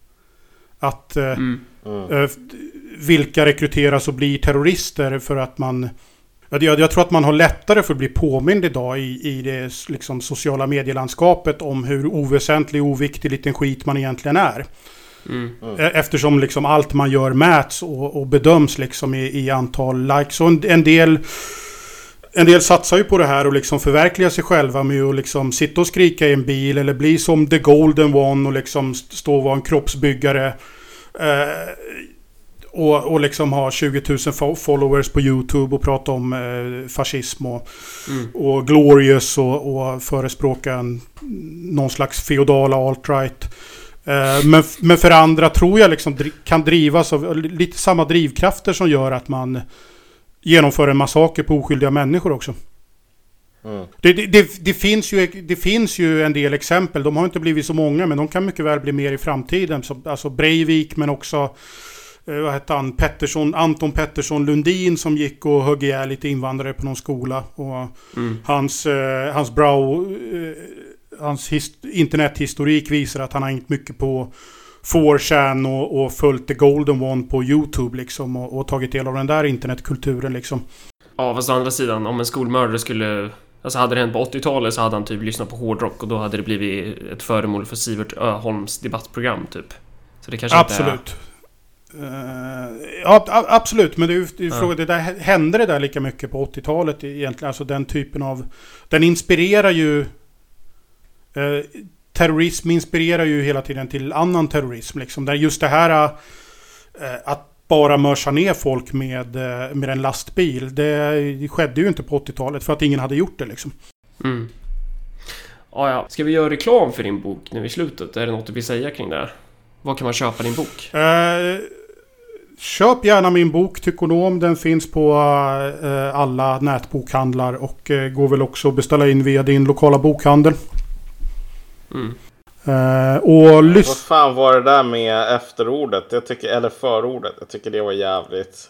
Att mm. Mm. vilka rekryteras och blir terrorister för att man... Jag, jag tror att man har lättare för att bli påmind idag i, i det liksom, sociala medielandskapet om hur oväsentlig och oviktig liten skit man egentligen är. Mm. Mm. Eftersom liksom allt man gör mäts och, och bedöms liksom i, i antal likes. Och en, en del... En del satsar ju på det här och liksom förverkliga sig själva med att liksom sitta och skrika i en bil eller bli som The Golden One och liksom stå och vara en kroppsbyggare eh, och, och liksom ha tjugo tusen followers på YouTube och prata om eh, fascism och, mm. och glorious och, och förespråka en, någon slags feodala alt-right. Eh, men, men för andra tror jag liksom kan drivas av lite samma drivkrafter som gör att man genomför en massaker på oskyldiga människor också. Mm. Det, det, det, det, finns ju, det finns ju en del exempel. De har inte blivit så många, men de kan mycket väl bli mer i framtiden. Så, alltså Breivik, men också eh, vad heter han? Pettersson, Anton Pettersson Lundin som gick och högg ihjäl lite invandrare på någon skola. Och mm. hans, eh, hans bra eh, hans hist- internethistorik visar att han har hängt mycket på four chan och, och följt The Golden One på YouTube liksom och, och tagit del av den där internetkulturen liksom. Ja, fast å andra sidan, om en skolmördare skulle... Alltså hade det hänt på åttiotalet så hade han typ lyssnat på hårdrock och då hade det blivit ett föremål för Sivert Öholms debattprogram typ. Så det kanske absolut. Inte är... Uh, ja, absolut, men det är ju, det är ju ja. frågan, det där, hände det där lika mycket på åttiotalet egentligen? Alltså den typen av... Den inspirerar ju... Uh, terrorism inspirerar ju hela tiden till annan terrorism liksom. Där just det här uh, att bara mörsa ner folk med, med en lastbil. Det skedde ju inte på åttiotalet för att ingen hade gjort det liksom. Mm. Ja, ja. Ska vi göra reklam för din bok nu i slutet? Är det något du vill säga kring det här? Var kan man köpa din bok? Uh, köp gärna min bok Tykonom. Den finns på uh, alla nätbokhandlar och uh, går väl också att beställa in via din lokala bokhandel. Mm. Uh, och lys- Vad fan var det där med efterordet? Jag tycker, eller förordet. Jag tycker det var jävligt.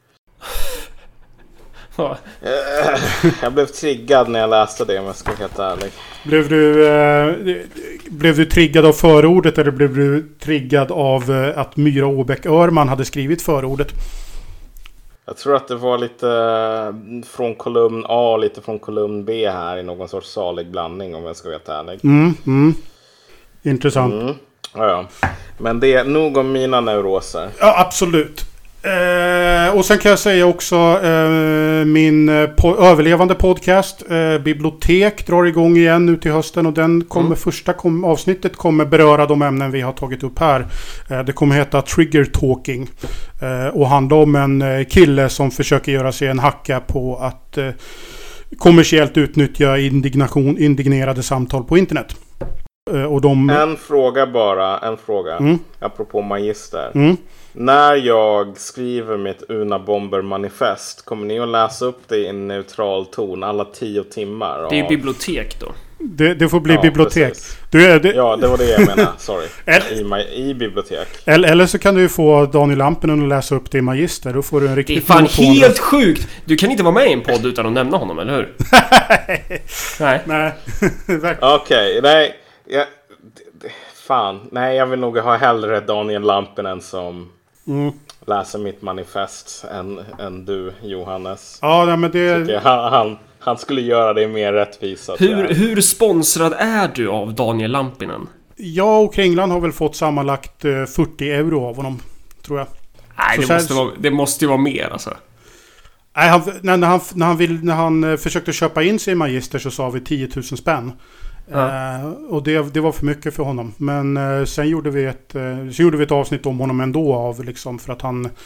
Jag blev triggad när jag läste det, om jag ska vara helt ärlig. Blev du, uh, blev du triggad av förordet eller blev du triggad av uh, att Myra Åbäck Örman hade skrivit förordet? Jag tror att det var lite från kolumn A, lite från kolumn B här i någon sorts salig blandning, om jag ska vara helt ärlig. Mm, mm. Intressant. Mm. Ja, ja. Men det är nog om mina neuroser. Ja, absolut. Eh, och sen kan jag säga också eh, min po- överlevande podcast eh, Bibliotek drar igång igen nu till hösten och den kommer mm. första kom- avsnittet kommer beröra de ämnen vi har tagit upp här. Eh, det kommer heta Trigger Talking eh, och handla om en eh, kille som försöker göra sig en hacka på att eh, kommersiellt utnyttja indignation, indignerade samtal på internet. Och de... En fråga bara, en fråga. Mm. Apropå magister. Mm. När jag skriver mitt Una Bomber manifest, kommer ni att läsa upp det i en neutral ton alla tio timmar? Av... Det är bibliotek då. Det, det får bli ja, bibliotek. Du är, det... Ja, det var det jag menade. Sorry. I, I bibliotek. Eller, eller så kan du få Daniel Lampinen att läsa upp det i magister. Då får du en riktigt... Det är fan helt sjukt! Du kan inte vara med i en podd utan att nämna honom, eller hur? Nej. Nej. Okej, okay, nej. Jag, fan, nej jag vill nog ha hellre Daniel Lampinen som mm. läser mitt manifest än, än du, Johannes. Ja, nej, men det... Jag, han, han, han skulle göra det mer rättvisa. Hur, hur sponsrad är du av Daniel Lampinen? Jag och Kringland har väl fått sammanlagt fyrtio euro av honom, tror jag. Nej, det, sen... måste vara, det måste ju vara mer alltså. Nej, han, när, när, han, när, han vill, när han försökte köpa in sig i magister så sa vi tio tusen spänn. Ja. Uh, och det, det var för mycket för honom. Men uh, sen, gjorde vi ett, uh, sen gjorde vi ett avsnitt om honom ändå av, liksom, för att han uh,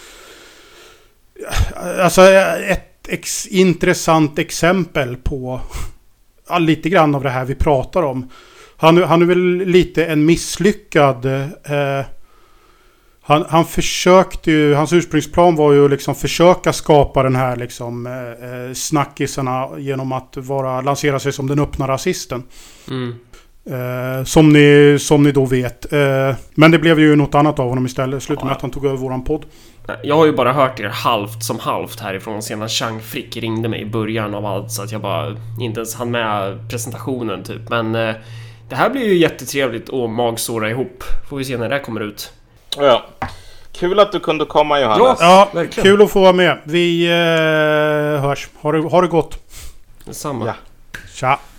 alltså ett ex, intressant exempel på uh, lite grann av det här vi pratar om. Han, han är väl lite en misslyckad uh, Han, han försökte ju, hans ursprungsplan var ju liksom försöka skapa den här liksom eh, snackisarna genom att vara, lansera sig som den öppna rasisten. Mm. Eh, som, ni, som ni då vet. Eh, men det blev ju något annat av honom istället. Slutade med att han tog över våran podd. Jag har ju bara hört er halvt som halvt härifrån sedan Chang Frick ringde mig i början av allt, så att jag bara inte ens hann med presentationen typ. Men eh, det här blir ju jättetrevligt och magsåra ihop. Får vi se när det här kommer ut. Ja. Kul att du kunde komma, Johannes. Ja, verkligen. Kul att få vara med. Vi eh, hörs. Ha det, ha det gott. Detsamma. Ja. Tja.